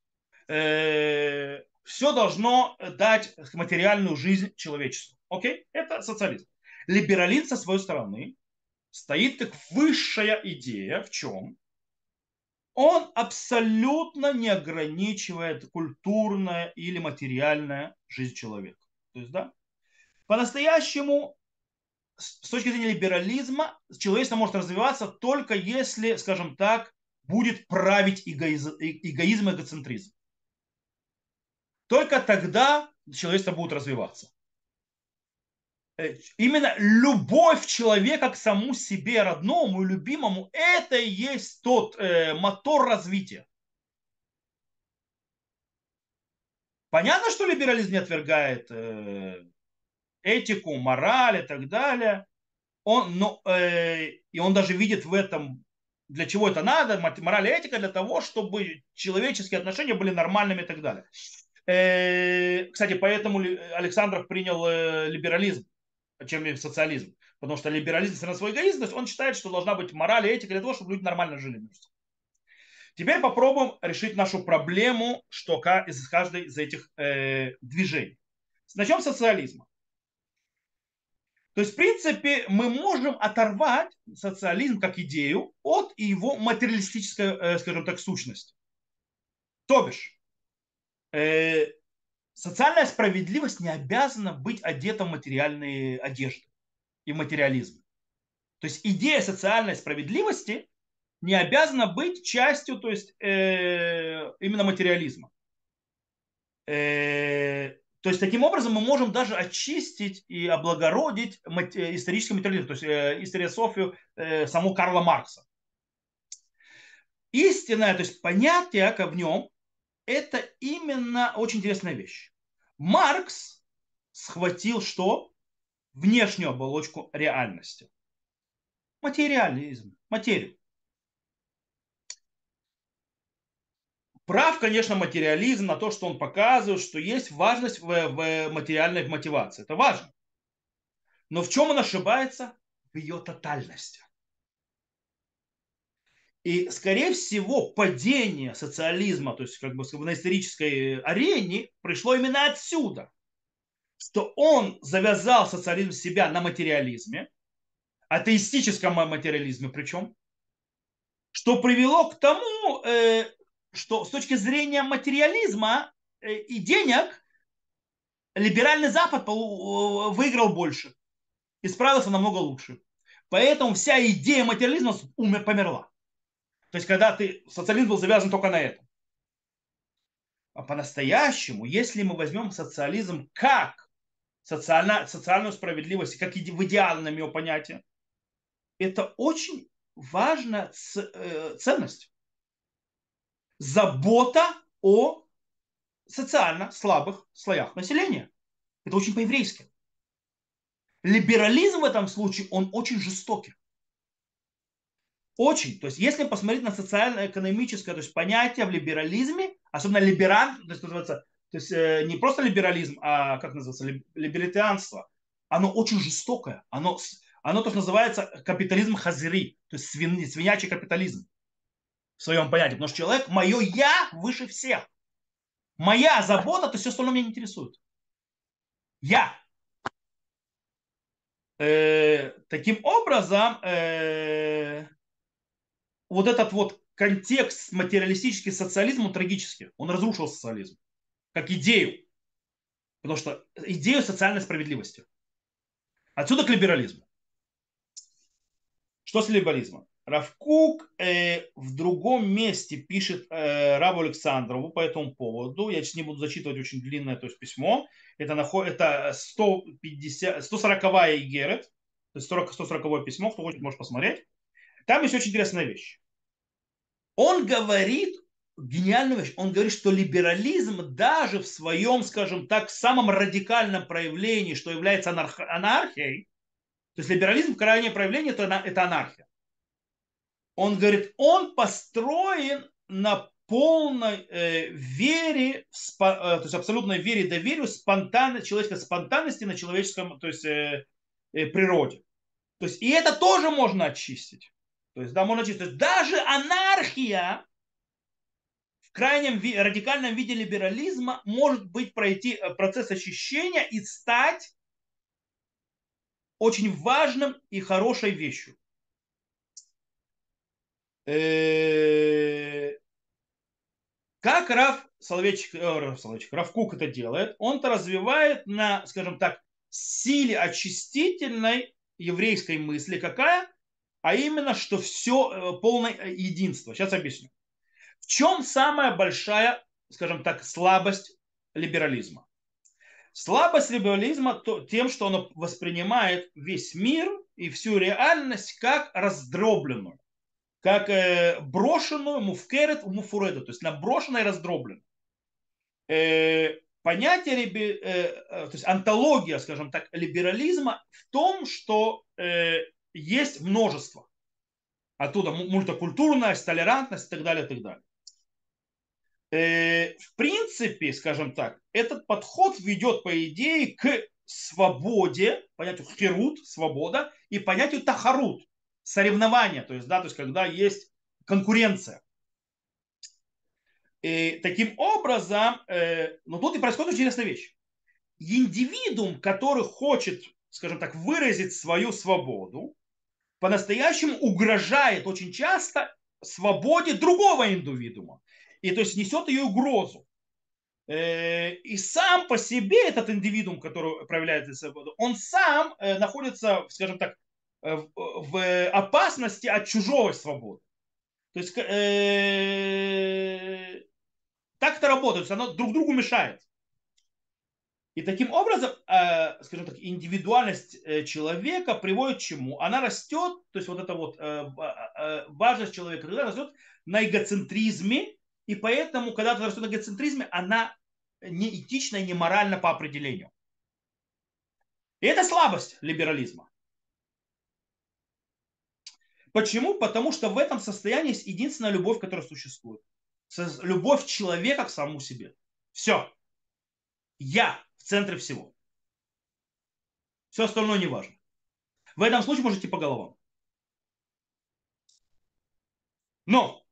Э, все должно дать материальную жизнь человечеству. Окей? Это социализм. Либерализм со своей стороны стоит как высшая идея в чем? Он абсолютно не ограничивает культурная или материальная жизнь человека. То есть, да, по-настоящему, с точки зрения либерализма, человечество может развиваться только если, скажем так, будет править эгоизм, эгоизм и эгоцентризм. Только тогда человечество будет развиваться. Именно любовь человека к самому себе, родному и любимому, это и есть тот э, мотор развития. Понятно, что либерализм не отвергает э, этику, мораль и так далее. Он, но, э, и он даже видит в этом, для чего это надо, мораль и этика, для того, чтобы человеческие отношения были нормальными и так далее. Э, кстати, поэтому Александров принял э, либерализм, чем и социализм. Потому что либерализм на свой эгоизм, то есть он считает, что должна быть мораль и этика для того, чтобы люди нормально жили. Теперь попробуем решить нашу проблему, что из каждой из этих э, движений. Начнем с социализма. То есть, в принципе, мы можем оторвать социализм как идею от его материалистической, э, скажем так, сущности. То бишь, э, социальная справедливость не обязана быть одета в материальные одежды и в материализм. То есть идея социальной справедливости не обязана быть частью, то есть э, именно материализма. Э, то есть таким образом мы можем даже очистить и облагородить исторический материализм, то есть э, историософию э, самого Карла Маркса. Истинное, то есть понятие в нем, это именно очень интересная вещь. Маркс схватил что? Внешнюю оболочку реальности. Материализм, материю. Прав, конечно, материализм на то, что он показывает, что есть важность в, в материальной мотивации. Это важно. Но в чем он ошибается? В ее тотальности. И, скорее всего, падение социализма, то есть как бы на исторической арене, пришло именно отсюда. Что он завязал социализм себя на материализме, атеистическом материализме причем, что привело к тому, э, что с точки зрения материализма э, и денег либеральный Запад выиграл больше и справился намного лучше. Поэтому вся идея материализма умер, померла. То есть, когда ты, социализм был завязан только на этом. А по-настоящему, если мы возьмем социализм как социально, социальную справедливость, как иде, в идеальном его понятии, это очень важная ц, ценность. Забота о социально слабых слоях населения. Это очень по-еврейски. Либерализм в этом случае, он очень жестокий. Очень. То есть, если посмотреть на социально-экономическое то есть, понятие в либерализме, особенно либераль, то есть, называется, то есть э, не просто либерализм, а как называется, либертарианство, оно очень жестокое. Оно, оно то, что называется капитализм хазири, то есть свин, свинячий капитализм в своем понятии. Потому что человек, мое я выше всех. Моя забота, то есть все остальное меня не интересует. Я. Э, таким образом, э, вот этот вот контекст материалистический социализм, он трагический. Он разрушил социализм как идею. Потому что идею социальной справедливости. Отсюда к либерализму. Что с либерализмом? Равкук э, в другом месте пишет э, Раву Александрову по этому поводу. Я сейчас не буду зачитывать очень длинное то есть, письмо. Это, наход... это сто пятьдесят, сто сороковая Игерет. То есть сто сороковое письмо. Кто хочет, может посмотреть. Там есть очень интересная вещь. Он говорит гениальную вещь. Он говорит, что либерализм даже в своем, скажем так, самом радикальном проявлении, что является анарх... анархией, то есть либерализм в крайнее проявление это, это анархия. Он говорит, он построен на полной э, вере, спо- э, то есть абсолютной вере и доверию спонтанной, человеческой спонтанности на человеческом, то есть э, э, природе. То есть и это тоже можно очистить. То есть, да, можно очистить. То есть даже анархия в крайнем ви- радикальном виде либерализма может быть пройти э, процесс очищения и стать очень важным и хорошей вещью. Э, Как Раф Соловейчик, э, Раф Соловейчик, Раф Кук это делает? Он-то развивает на, скажем так, силе очистительной еврейской мысли. Какая? А именно, что все полное э, единство. Сейчас объясню. В чем самая большая, скажем так, слабость либерализма? Слабость либерализма то, тем, что он воспринимает весь мир и всю реальность как раздробленную, как э, брошенную муфкерет в муфуреду, то есть наброшенную и раздробленную. Э, понятие, либи- э, э, то есть антология, скажем так, либерализма в том, что э, есть множество. Оттуда мультикультурность, толерантность и так далее, и так далее. Э, в принципе, скажем так, этот подход ведет, по идее, к свободе, понятию херут, свобода, и понятию тахарут, соревнование, то есть, да, то есть, когда есть конкуренция. И таким образом, э, но тут и происходит очень интересная вещь. Индивидуум, который хочет, скажем так, выразить свою свободу, по-настоящему угрожает очень часто свободе другого индивидуума. И то есть несет ее угрозу. Э, И сам по себе этот индивидуум, который проявляет эту свободу, он сам э, находится, скажем так, э, в в опасности от чужой свободы. То есть э, так это работает, оно друг другу мешает. И таким образом, э, скажем так, индивидуальность э, человека приводит к чему? Она растет, то есть вот эта вот э, э, важность человека, когда растет на эгоцентризме, и поэтому, когда она растет на эгоцентризме, она не этична и не моральна по определению. И это слабость либерализма. Почему? Потому что в этом состоянии есть единственная любовь, которая существует. Любовь человека к самому себе. Все. Я в центре всего. Все остальное не важно. В этом случае можете по головам. Но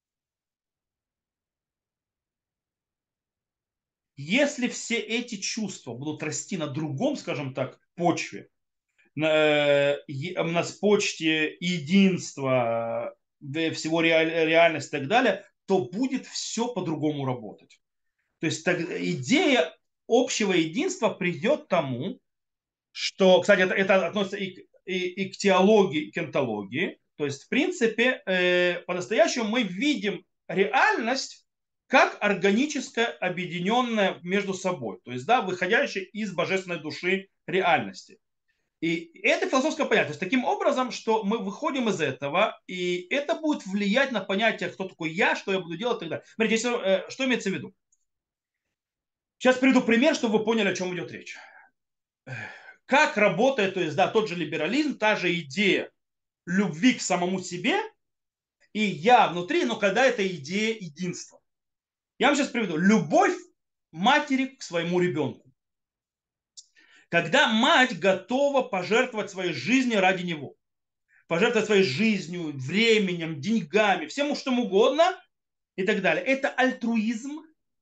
если все эти чувства будут расти на другом, скажем так, почве, на, на почте единства, всего реальности и так далее, то будет все по-другому работать. То есть так, идея общего единства придет к тому, что, кстати, это, это относится и, и, и к теологии, и к энтологии. То есть, в принципе, э, по-настоящему мы видим реальность как органическое, объединенное между собой. То есть, да, выходящее из божественной души реальности. И это философское понятие. То есть, таким образом, что мы выходим из этого, и это будет влиять на понятие, кто такой я, что я буду делать и так далее. Смотрите, если, э, что имеется в виду? Сейчас приведу пример, чтобы вы поняли, о чем идет речь. Как работает, то есть, да, тот же либерализм, та же идея любви к самому себе и я внутри, но когда это идея единства. Я вам сейчас приведу. Любовь матери к своему ребенку. Когда мать готова пожертвовать своей жизнью ради него. Пожертвовать своей жизнью, временем, деньгами, всем что угодно и так далее. Это альтруизм.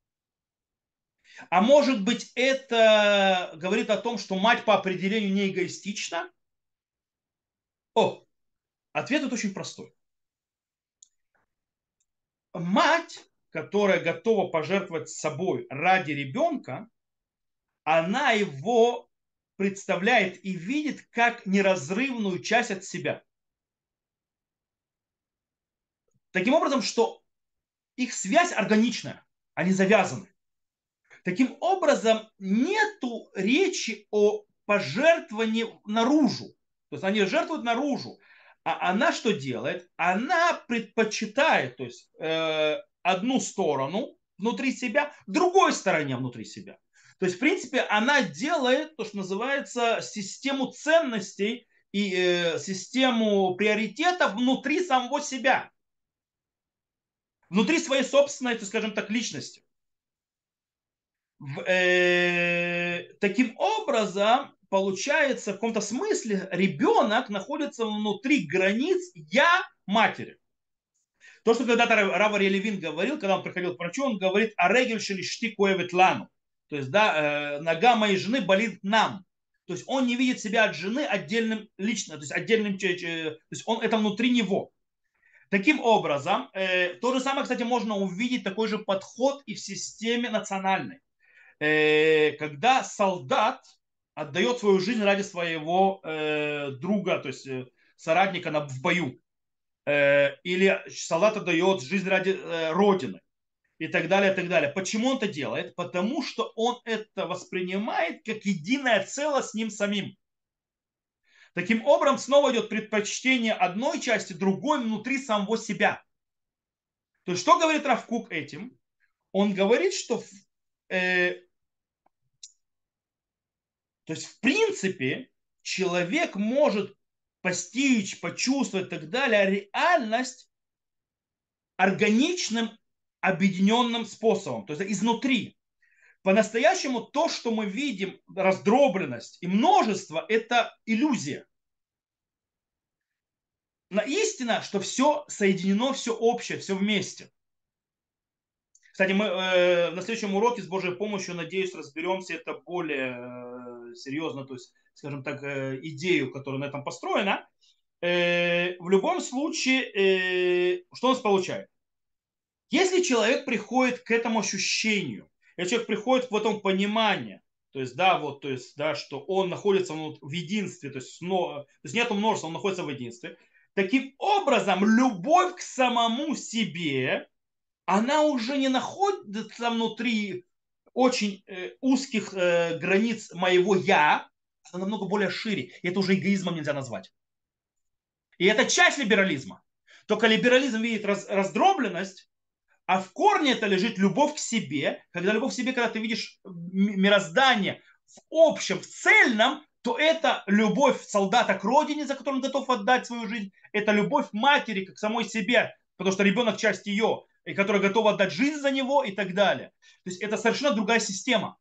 А может быть, это говорит о том, что мать по определению не эгоистична? О, ответ тут очень простой. Мать, которая готова пожертвовать собой ради ребенка, она его представляет и видит как неразрывную часть от себя. Таким образом, что их связь органичная, они завязаны. Таким образом, нету речи о пожертвовании наружу. То есть они жертвуют наружу. А она что делает? Она предпочитает, то есть э, одну сторону внутри себя, другой стороне внутри себя. То есть, в принципе, она делает то, что называется систему ценностей и э, систему приоритетов внутри самого себя. внутри своей собственной, так скажем так, личности. В, э, таким образом, получается, в каком-то смысле ребенок находится внутри границ я матери. То, что когда-то Рав Арье Левин говорил, когда он приходил к врачу, он говорит о регель шелишти коевет лану. То есть, да, э, нога моей жены болит нам. То есть он не видит себя от жены отдельным лично, то есть отдельным, то есть он это внутри него. Таким образом, э, то же самое, кстати, можно увидеть такой же подход и в системе национальной. Э, когда солдат отдает свою жизнь ради своего э, друга, то есть э, соратника на, в бою, э, или солдат отдает жизнь ради э, родины и так далее, и так далее. Почему он это делает? Потому что он это воспринимает как единое целое с ним самим. Таким образом, снова идет предпочтение одной части другой внутри самого себя. То есть, что говорит Рав Кук этим? Он говорит, что э, то есть, в принципе, человек может постичь, почувствовать и так далее реальность органичным, объединенным способом, то есть изнутри. По-настоящему то, что мы видим, раздробленность и множество, это иллюзия. Но истина, что все соединено, все общее, все вместе. Кстати, мы э, на следующем уроке с Божьей помощью, надеюсь, разберемся это более э, серьезно, то есть, скажем так, э, идею, которая на этом построена. Э, в любом случае, э, что у нас получает? Если человек приходит к этому ощущению, если человек приходит в этом понимании, то есть, да, вот, то есть, да, что он находится в единстве, то есть, но, то есть нету множества, он находится в единстве, таким образом, любовь к самому себе, она уже не находится внутри очень э, узких э, границ моего я, она намного более шире. И это уже эгоизмом нельзя назвать. И это часть либерализма. Только либерализм видит раз, раздробленность, а в корне это лежит любовь к себе. Когда любовь к себе, когда ты видишь мироздание в общем, в цельном, то это любовь солдата к родине, за которую он готов отдать свою жизнь. Это любовь матери к самой себе, потому что ребенок часть ее, и которая готова отдать жизнь за него и так далее. То есть это совершенно другая система.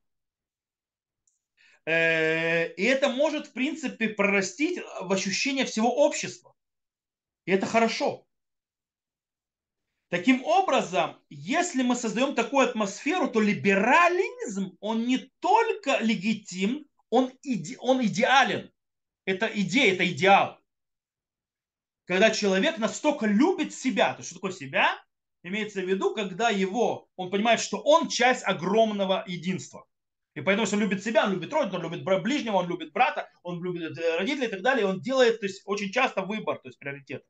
Э, и это может, в принципе, прорастить в ощущение всего общества. И это хорошо. Таким образом, если мы создаем такую атмосферу, то либерализм, он не только легитим, он, иде, он идеален. Это идея, это идеал. Когда человек настолько любит себя, то что такое себя? Имеется в виду, когда его, он понимает, что он часть огромного единства. И поэтому, если он любит себя, он любит родину, он любит ближнего, он любит брата, он любит родителей и так далее, он делает, то есть, очень часто выбор, то есть приоритет.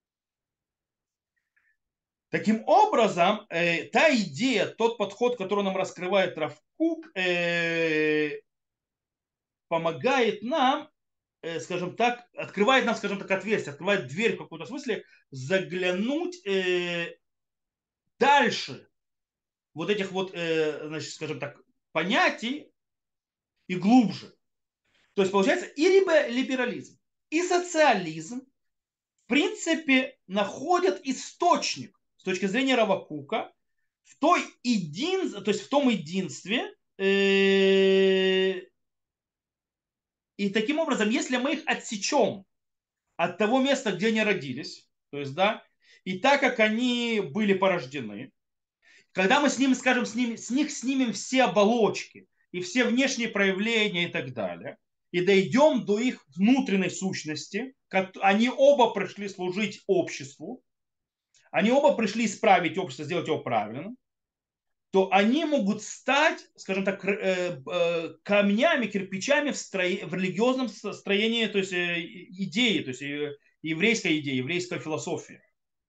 Таким образом, э, та идея, тот подход, который нам раскрывает Рав Кук, э, помогает нам, э, скажем так, открывает нам, скажем так, отверстие, открывает дверь в каком-то смысле, заглянуть э, дальше вот этих вот, э, значит, скажем так, понятий и глубже. То есть получается и либерализм, и социализм в принципе находят источник с точки зрения Рава Кука в той един, то есть в том единстве, э, и таким образом, если мы их отсечем от того места, где они родились, то есть, да, и так как они были порождены, когда мы с ними, скажем, с, ними, с них снимем все оболочки и все внешние проявления и так далее, и дойдем до их внутренней сущности, как они оба пришли служить обществу, они оба пришли исправить общество, сделать его правильным, то они могут стать, скажем так, э, э, камнями, кирпичами в, строи, в религиозном строении, то есть э, идеи, то есть э, еврейской идеи, еврейской философии.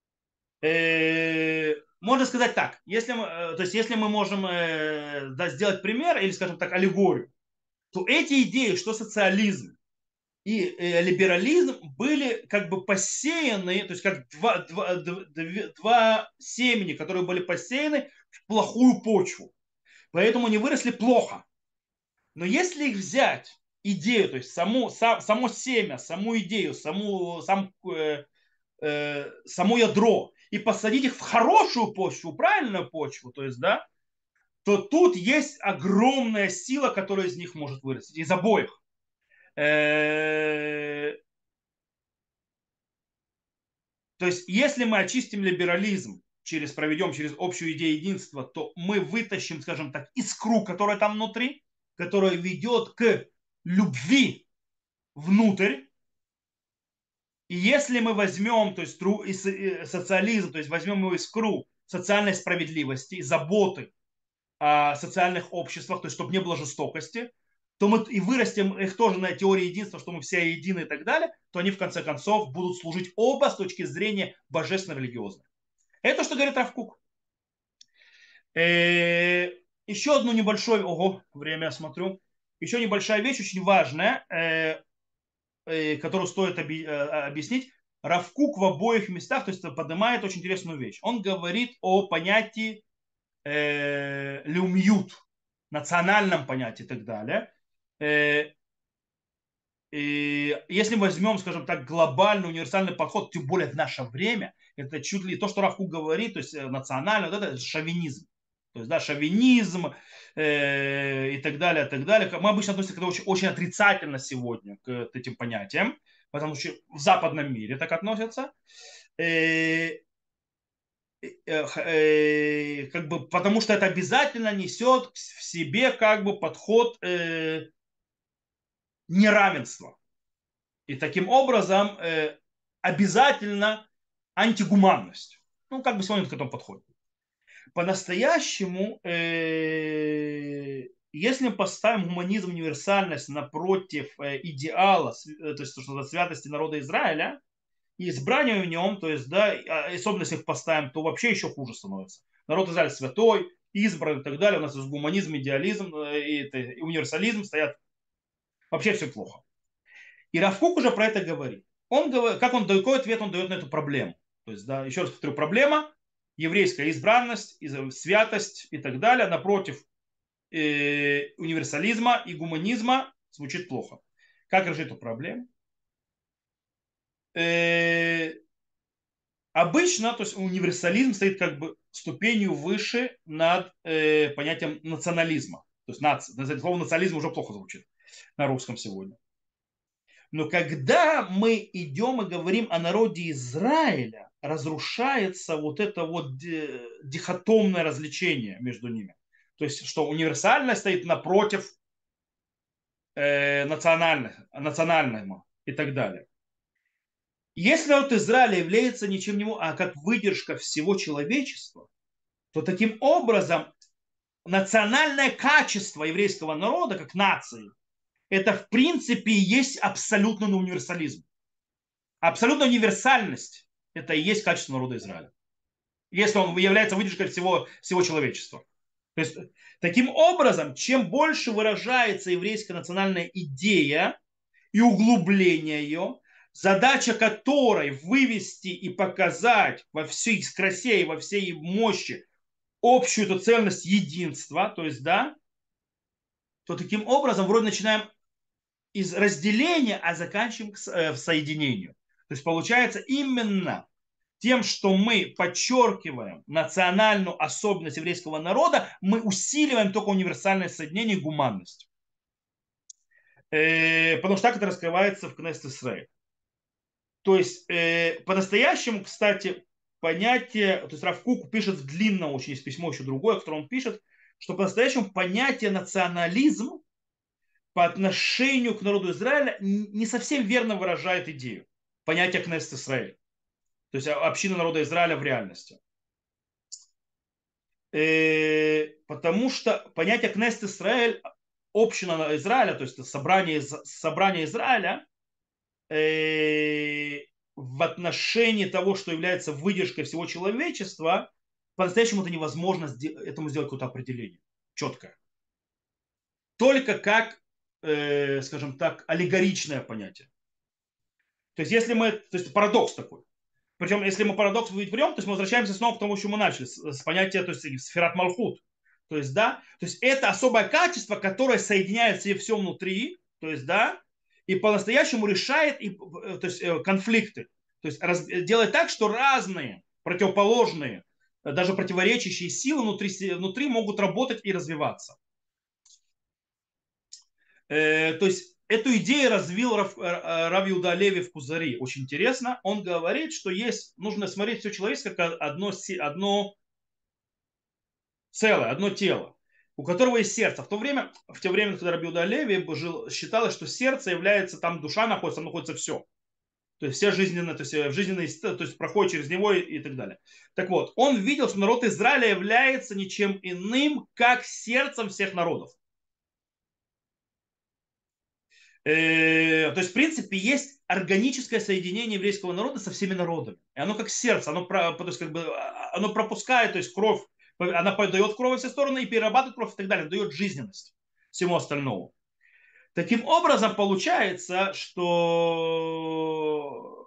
Э, можно сказать так, если мы, э, то есть если мы можем э, да, сделать пример или, скажем так, аллегорию, то эти идеи, что социализм и э, либерализм были как бы посеяны, то есть как два, два, два, два семени, которые были посеяны в плохую почву. Поэтому они выросли плохо. Но если их взять, идею, то есть само, сам, само семя, саму идею, саму, сам, э, э, само ядро, и посадить их в хорошую почву, правильную почву, то есть, да, то тут есть огромная сила, которая из них может вырасти, из обоих. Э, То есть, если мы очистим либерализм, через, проведем через общую идею единства, то мы вытащим, скажем так, искру, которая там внутри, которая ведет к любви внутрь. И если мы возьмем, то есть социализм, то есть возьмем его искру социальной справедливости, заботы о социальных обществах, то есть чтобы не было жестокости, то мы и вырастим их тоже на теории единства, что мы все едины и так далее, то они в конце концов будут служить оба с точки зрения божественно-религиозной. Это что говорит Рав Кук. Э, Еще одну небольшое, ого, время я смотрю, еще небольшая вещь, очень важная, э, э, которую стоит оби- э, объяснить. Рав Кук в обоих местах, то есть поднимает очень интересную вещь. Он говорит о понятии э, люмьют, национальном понятии и так далее. Э, и если возьмем, скажем так, глобальный универсальный подход, тем более в наше время, это чуть ли то, что Равку говорит, то есть э, национальный, вот это шовинизм. То есть, да, шовинизм э, и так далее, и так далее. Мы обычно относимся к этому очень, очень отрицательно сегодня, к этим понятиям, потому что в западном мире так относятся. Э, э, э, как бы, потому что это обязательно несет в себе как бы подход э, неравенства. И таким образом э, обязательно антигуманность. Ну, как бы сегодня к этому подходит. По-настоящему, э, если мы поставим гуманизм, универсальность напротив э, идеала, э, то есть то, что святости народа Израиля, и избрание в нем, то есть, да, особенно если их поставим, то вообще еще хуже становится. Народ Израиля святой, избран и так далее. У нас есть гуманизм, идеализм э, и, это, и универсализм стоят. Вообще все плохо. И Равкук уже про это говорит. Он говорит, как он дает, какой ответ он дает на эту проблему. То есть, да, еще раз повторю, проблема еврейская избранность, святость и так далее напротив э, универсализма и гуманизма звучит плохо. Как решить эту проблему? Э, Обычно, то есть универсализм стоит как бы ступенью выше над э, понятием национализма. То есть нация. Слово национализм уже плохо звучит на русском сегодня. Но когда мы идем и говорим о народе Израиля, разрушается вот это вот дихотомное развлечение между ними. То есть, что универсальность стоит напротив э, национальных, национального и так далее. Если народ Израиля является ничем не а как выдержка всего человечества, то таким образом национальное качество еврейского народа, как нации, это в принципе и есть абсолютный универсализм. Абсолютная универсальность – это и есть качество народа Израиля. Если он является выдержкой всего, всего человечества. То есть, таким образом, чем больше выражается еврейская национальная идея и углубление ее, задача которой вывести и показать во всей красе и во всей мощи общую эту ценность единства, то есть, да, то таким образом вроде начинаем из разделения, а заканчиваем в соединении. То есть получается именно тем, что мы подчеркиваем национальную особенность еврейского народа, мы усиливаем только универсальное соединение и гуманность. Э, потому что так это раскрывается в Кнессет Исраэль. То есть э, по-настоящему, кстати, понятие, то есть Рав Кук пишет в длинном очень, есть письмо еще другое, в котором он пишет, что по-настоящему понятие национализм по отношению к народу Израиля не совсем верно выражает идею понятия Кнессет Исраэль. То есть община народа Израиля в реальности. Э, потому что понятие Кнессет Исраэль, община Израиля, то есть собрание, собрание Израиля, э, в отношении того, что является выдержкой всего человечества, по-настоящему это невозможно этому сделать какое-то определение четкое. Только как, э, скажем так, аллегоричное понятие. То есть если мы, то есть парадокс такой. Причем, если мы парадокс берем, то есть мы возвращаемся снова к тому, что мы начали, с, с понятия, то есть сферат малхут. То есть, да, то есть это особое качество, которое соединяет себе все внутри, то есть, да, и по-настоящему решает и, то есть, конфликты. То есть раз, делает так, что разные противоположные, даже противоречащие силы внутри, внутри могут работать и развиваться. Э, то есть эту идею развил Рав, Рав Иуда Леви в Кузари. Очень интересно. Он говорит, что есть, нужно смотреть все человеческое как одно, одно целое, одно тело, у которого есть сердце. В то время, в то время, когда Рав Иуда Леви жил, считалось, что сердце является, там душа находится, там находится все. То есть все жизненные, то есть в жизненные, то есть проходит через него и, и так далее. Так вот, он видел, что народ Израиля является ничем иным, как сердцем всех народов. Э, то есть, в принципе, есть органическое соединение еврейского народа со всеми народами. И оно как сердце, оно, то есть, как бы, а, оно пропускает, то есть кровь, она подает кровь во все стороны и перерабатывает кровь и так далее, дает жизненность всему остальному. Таким образом, получается, что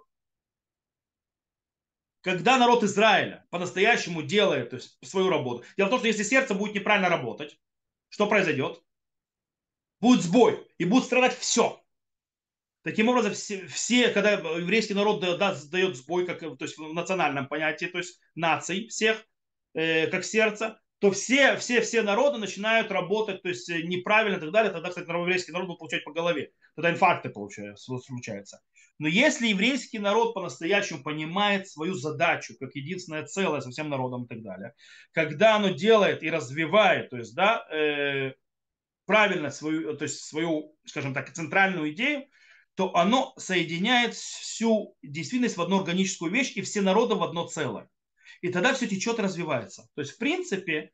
когда народ Израиля по-настоящему делает, то есть, свою работу, дело в том, что если сердце будет неправильно работать, что произойдет? Будет сбой, и будет страдать все. Таким образом, все, все когда еврейский народ даст, дает сбой, как, то есть в национальном понятии, то есть наций всех, э, как сердце, то все, все, все народы начинают работать, то есть неправильно и так далее. Тогда, кстати, еврейский народ будет получать по голове. Тогда инфаркты получаются, случаются. Но если еврейский народ по-настоящему понимает свою задачу как единственное целое со всем народом и так далее, когда оно делает и развивает, то есть, да, э, правильно свою, то есть свою, скажем так, центральную идею, то оно соединяет всю действительность в одну органическую вещь и все народы в одно целое. И тогда все течет и развивается. То есть, в принципе,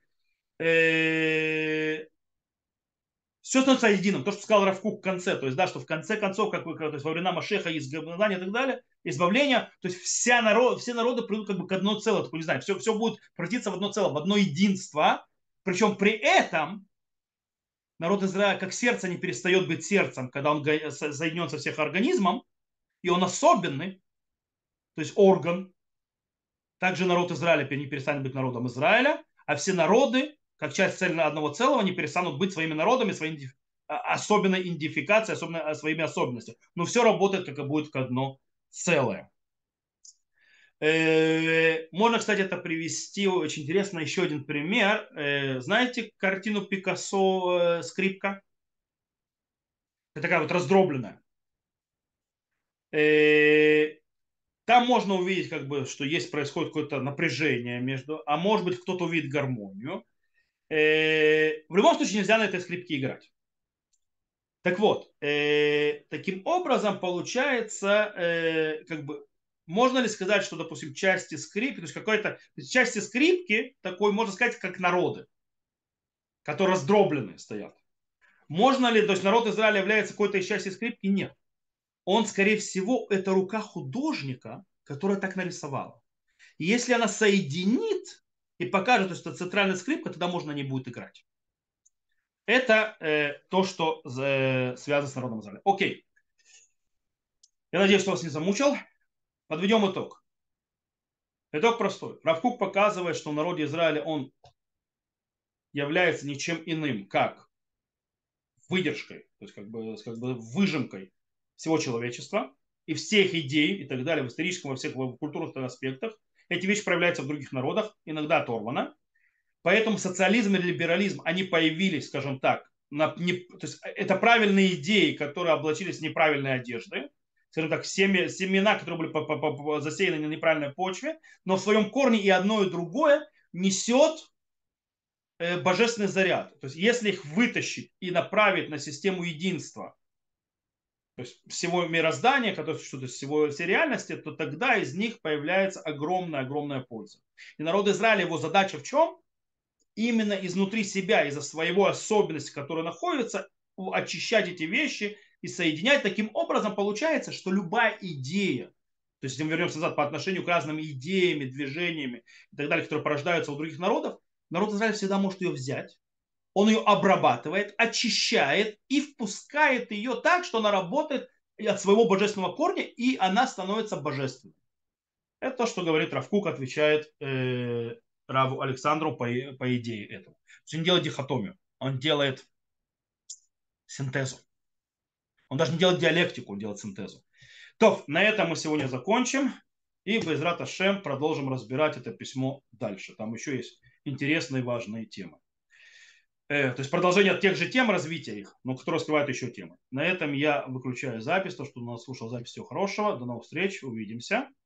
э, все становится единым. То, что сказал Равкук в конце, то есть, да, что в конце концов, как вы, то есть, во времена Машеха, изгнания и так далее, избавления, то есть вся народ, все народы придут как бы к одно целое, такое, не знаю, все, все будет превратиться в одно целое, в одно единство, причем при этом народ Израиля как сердце не перестает быть сердцем, когда он соединен со всех организмом, и он особенный, то есть орган. Также народ Израиля не перестанет быть народом Израиля, а все народы, как часть цельного одного целого, не перестанут быть своими народами, своей особенной идентификацией, особенно своими особенностями. Но все работает, как и будет как одно целое. Можно, кстати, это привести очень интересно, еще один пример. Знаете картину Пикассо «Скрипка»? Это такая вот раздробленная. Там можно увидеть, как бы, что есть, происходит какое-то напряжение между, а может быть, кто-то увидит гармонию. В любом случае нельзя на этой скрипке играть. Так вот, таким образом получается, как бы, можно ли сказать, что, допустим, части скрипки, то есть какой-то части скрипки, такой, можно сказать, как народы, которые раздробленные стоят. Можно ли, то есть народ Израиля является какой-то из части скрипки? Нет. Он, скорее всего, это рука художника, которая так нарисовала. И если она соединит и покажет, что это центральная скрипка, тогда можно не будет играть. Это э, то, что э, связано с народом Израиля. Окей. Я надеюсь, что вас не замучил. Подведем итог. Итог простой. Рав Кук показывает, что в народе Израиля он является ничем иным, как выдержкой, то есть как бы, как бы выжимкой всего человечества и всех идей и так далее в историческом, во всех в культурных аспектах. Эти вещи проявляются в других народах, иногда оторвано. Поэтому социализм и либерализм, они появились, скажем так, на, не, то есть это правильные идеи, которые облачились в неправильные одежды, скажем так, семя, семена, которые были по, по, по, засеяны на неправильной почве, но в своем корне и одно, и другое несет э, божественный заряд. То есть если их вытащить и направить на систему единства, то есть всего мироздания, которое что-то всего всей реальности, то тогда из них появляется огромная-огромная польза. И народ Израиля, его задача в чем? Именно изнутри себя, из-за своего особенности, которая находится, очищать эти вещи и соединять. Таким образом получается, что любая идея, то есть если мы вернемся назад по отношению к разным идеям, движениями и так далее, которые порождаются у других народов, народ Израиля всегда может ее взять, он ее обрабатывает, очищает и впускает ее так, что она работает от своего божественного корня, и она становится божественной. Это то, что говорит Рав Кук, отвечает э, Раву Александру по, по идее этого. То есть он делает дихотомию, он делает синтезу. Он даже не делает диалектику, он делает синтезу. То, на этом мы сегодня закончим. И Безрат Ашем продолжим разбирать это письмо дальше. Там еще есть интересные важные темы. Э, то есть продолжение тех же тем, развития их, но которые раскрывают еще темы. На этом я выключаю запись. То, что у нас слушал запись, всего хорошего. До новых встреч. Увидимся.